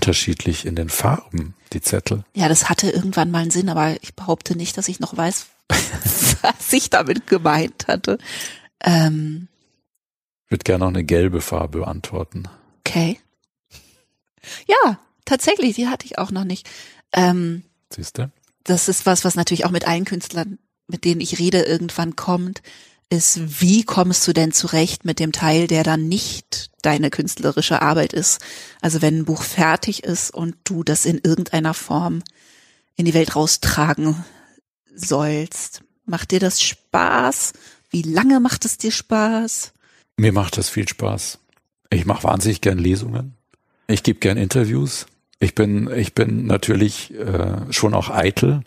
unterschiedlich in den Farben, die Zettel. Ja, das hatte irgendwann mal einen Sinn, aber ich behaupte nicht, dass ich noch weiß, was ich damit gemeint hatte. Ich würde gerne noch eine gelbe Farbe antworten. Okay. Ja, tatsächlich, die hatte ich auch noch nicht. Siehst du? Das ist was natürlich auch mit allen Künstlern, mit denen ich rede, irgendwann kommt, ist, wie kommst du denn zurecht mit dem Teil, der dann nicht deine künstlerische Arbeit ist? Also wenn ein Buch fertig ist und du das in irgendeiner Form in die Welt raustragen sollst. Macht dir das Spaß? Wie lange macht es dir Spaß? Mir macht das viel Spaß. Ich mache wahnsinnig gern Lesungen. Ich gebe gern Interviews. Ich bin natürlich schon auch eitel.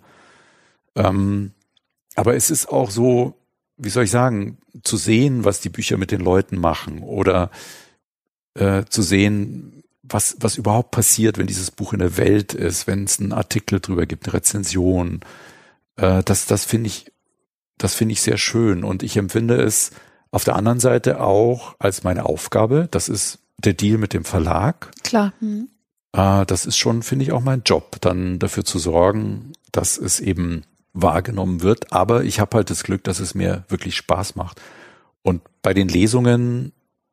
Aber es ist auch so, wie soll ich sagen, zu sehen, was die Bücher mit den Leuten machen oder zu sehen, was überhaupt passiert, wenn dieses Buch in der Welt ist, wenn es einen Artikel drüber gibt, eine Rezension. Das finde ich sehr schön und ich empfinde es auf der anderen Seite auch als meine Aufgabe. Das ist der Deal mit dem Verlag. Klar. Das ist schon, finde ich, auch mein Job, dann dafür zu sorgen, dass es eben wahrgenommen wird. Aber ich habe halt das Glück, dass es mir wirklich Spaß macht. Und bei den Lesungen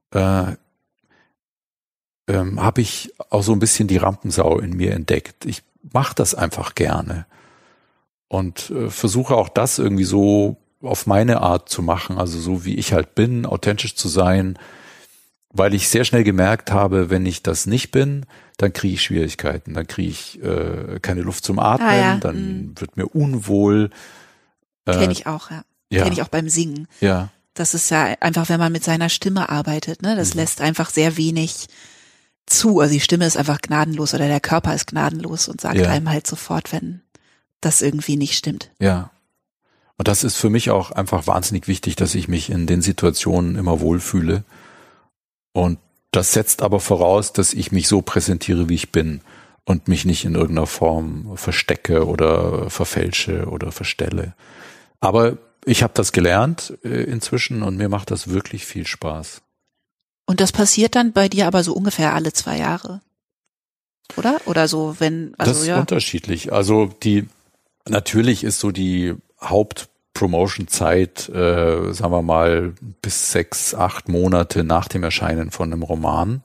habe ich auch so ein bisschen die Rampensau in mir entdeckt. Ich mache das einfach gerne und versuche auch das irgendwie so auf meine Art zu machen, also so wie ich halt bin, authentisch zu sein, weil ich sehr schnell gemerkt habe, wenn ich das nicht bin, dann kriege ich Schwierigkeiten, dann kriege ich keine Luft zum Atmen, dann wird mir unwohl. Kenne ich auch, ja. Kenne ich auch beim Singen. Ja. Das ist ja einfach, wenn man mit seiner Stimme arbeitet, ne, das lässt einfach sehr wenig zu. Also die Stimme ist einfach gnadenlos oder der Körper ist gnadenlos und sagt einem halt sofort, wenn das irgendwie nicht stimmt. Ja. Und das ist für mich auch einfach wahnsinnig wichtig, dass ich mich in den Situationen immer wohlfühle. Und das setzt aber voraus, dass ich mich so präsentiere, wie ich bin und mich nicht in irgendeiner Form verstecke oder verfälsche oder verstelle. Aber ich habe das gelernt inzwischen und mir macht das wirklich viel Spaß. Und das passiert dann bei dir aber so ungefähr alle 2 Jahre, oder? Oder so, wenn, also das ist unterschiedlich. Also natürlich ist so die Hauptpromotion-Zeit, sagen wir mal, bis 6, 8 Monate nach dem Erscheinen von einem Roman.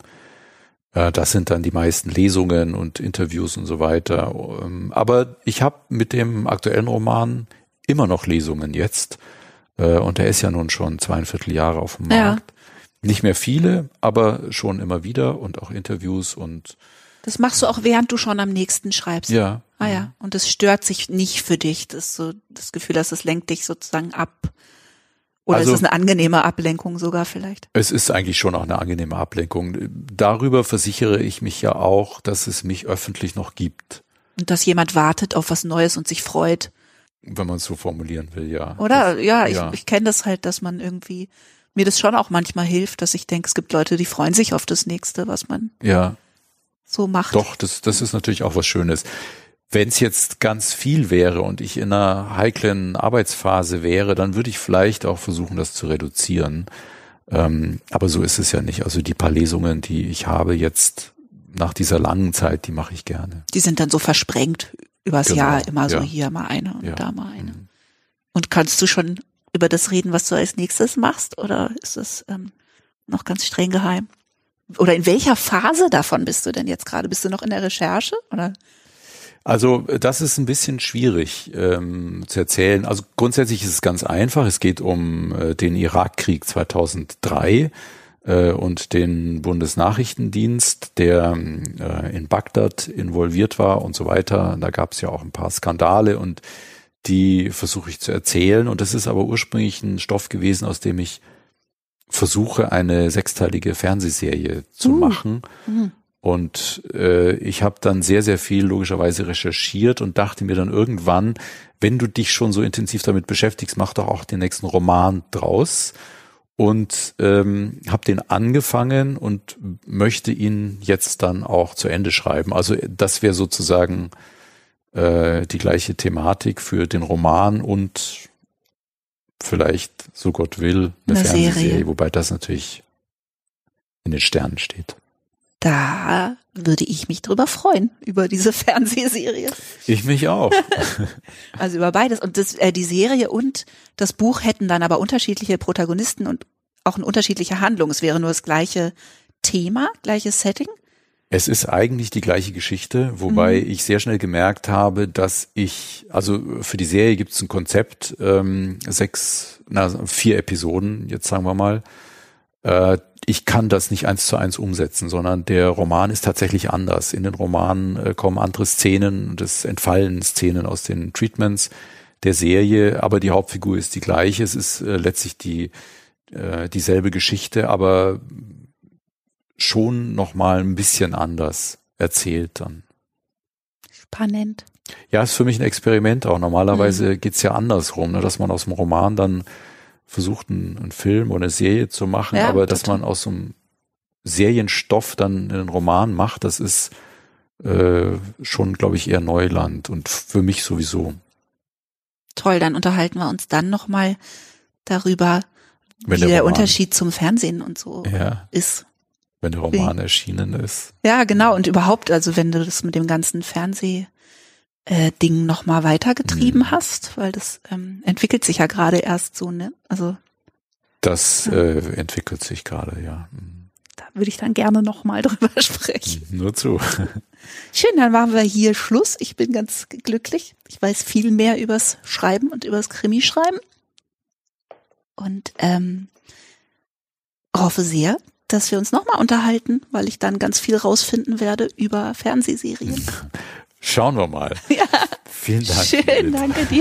Das sind dann die meisten Lesungen und Interviews und so weiter. Aber ich habe mit dem aktuellen Roman immer noch Lesungen jetzt. Und der ist ja nun schon 2,25 Jahre auf dem Markt. Ja. Nicht mehr viele, aber schon immer wieder und auch Interviews und. Das machst du auch, während du schon am nächsten schreibst. Ja. Ah ja. Und das stört sich nicht für dich. Das ist so das Gefühl, dass es lenkt dich sozusagen ab. Oder also, ist es eine angenehme Ablenkung sogar vielleicht? Es ist eigentlich schon auch eine angenehme Ablenkung. Darüber versichere ich mich ja auch, dass es mich öffentlich noch gibt. Und dass jemand wartet auf was Neues und sich freut. Wenn man es so formulieren will, ja. Oder? Das, ich kenne das halt, dass man irgendwie, mir das schon auch manchmal hilft, dass ich denke, es gibt Leute, die freuen sich auf das Nächste, was man so macht. Doch, das ist natürlich auch was Schönes. Wenn es jetzt ganz viel wäre und ich in einer heiklen Arbeitsphase wäre, dann würde ich vielleicht auch versuchen, das zu reduzieren. Aber so ist es ja nicht. Also die paar Lesungen, die ich habe jetzt nach dieser langen Zeit, die mache ich gerne. Die sind dann so versprengt übers Jahr, immer so hier mal eine und da mal eine. Und kannst du schon über das reden, was du als nächstes machst, oder ist es noch ganz streng geheim? Oder in welcher Phase davon bist du denn jetzt gerade? Bist du noch in der Recherche, oder? Also das ist ein bisschen schwierig zu erzählen. Also grundsätzlich ist es ganz einfach. Es geht um den Irakkrieg 2003 und den Bundesnachrichtendienst, der in Bagdad involviert war und so weiter. Da gab es ja auch ein paar Skandale und die versuche ich zu erzählen. Und das ist aber ursprünglich ein Stoff gewesen, aus dem ich versuche, eine 6-teilige Fernsehserie zu machen. Und ich habe dann sehr, sehr viel logischerweise recherchiert und dachte mir dann irgendwann, wenn du dich schon so intensiv damit beschäftigst, mach doch auch den nächsten Roman draus. Und habe den angefangen und möchte ihn jetzt dann auch zu Ende schreiben. Also das wäre sozusagen die gleiche Thematik für den Roman und vielleicht, so Gott will, eine Fernsehserie, wobei das natürlich in den Sternen steht. Da würde ich mich drüber freuen, über diese Fernsehserie. Ich mich auch. Also über beides. Und die Serie und das Buch hätten dann aber unterschiedliche Protagonisten und auch eine unterschiedliche Handlung. Es wäre nur das gleiche Thema, gleiches Setting. Es ist eigentlich die gleiche Geschichte, wobei ich sehr schnell gemerkt habe, dass also für die Serie gibt es ein Konzept, 4 Episoden, jetzt sagen wir mal. Ich kann das nicht 1:1 umsetzen, sondern der Roman ist tatsächlich anders. In den Romanen kommen andere Szenen und es entfallen Szenen aus den Treatments der Serie, aber die Hauptfigur ist die gleiche. Es ist letztlich dieselbe Geschichte, aber schon nochmal ein bisschen anders erzählt dann. Spannend. Ja, ist für mich ein Experiment auch. Normalerweise geht's ja andersrum, ne, dass man aus dem Roman dann versucht, einen Film oder eine Serie zu machen, ja, aber dass man aus so einem Serienstoff dann einen Roman macht, das ist schon, glaube ich, eher Neuland und für mich sowieso. Toll, dann unterhalten wir uns dann nochmal darüber, wie der Unterschied zum Fernsehen und so ist. Wenn der Roman erschienen ist. Ja, genau. Und überhaupt, also wenn du das mit dem ganzen Fernseh Ding nochmal weitergetrieben hast, weil das entwickelt sich ja gerade erst so, ne? Also das entwickelt sich gerade, ja. Da würde ich dann gerne nochmal drüber sprechen. Nur zu. Schön, dann machen wir hier Schluss. Ich bin ganz glücklich. Ich weiß viel mehr übers Schreiben und übers Krimischreiben. Und hoffe sehr, dass wir uns nochmal unterhalten, weil ich dann ganz viel rausfinden werde über Fernsehserien. Schauen wir mal. Ja. Vielen Dank. Schön, danke dir.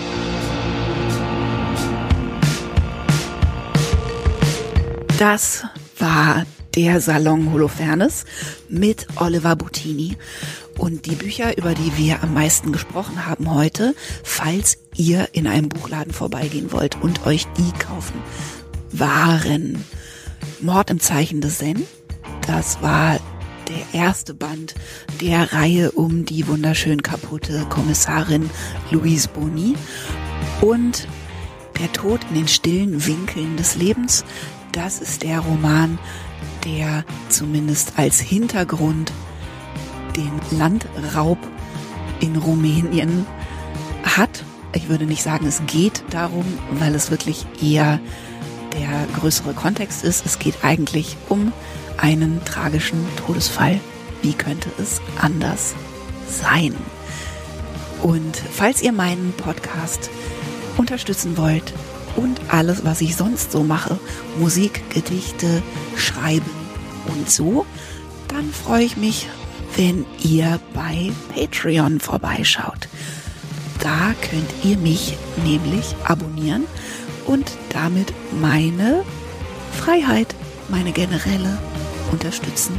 Das war der Salon Holofernes mit Oliver Bottini. Und die Bücher, über die wir am meisten gesprochen haben heute, falls ihr in einem Buchladen vorbeigehen wollt und euch die kaufen, waren Mord im Zeichen des Zen. Das war der erste Band der Reihe um die wunderschön kaputte Kommissarin Louise Boni. Und Der Tod in den stillen Winkeln des Lebens, das ist der Roman, der zumindest als Hintergrund den Landraub in Rumänien hat. Ich würde nicht sagen, es geht darum, weil es wirklich eher der größere Kontext ist. Es geht eigentlich um einen tragischen Todesfall. Wie könnte es anders sein? Und falls ihr meinen Podcast unterstützen wollt und alles, was ich sonst so mache, Musik, Gedichte, Schreiben und so, dann freue ich mich, wenn ihr bei Patreon vorbeischaut. Da könnt ihr mich nämlich abonnieren und damit meine Freiheit, meine generelle unterstützen.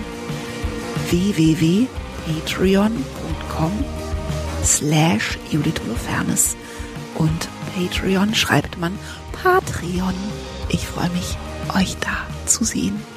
www.patreon.com/Judith Holofernes und Patreon schreibt man Patreon. Ich freue mich, euch da zu sehen.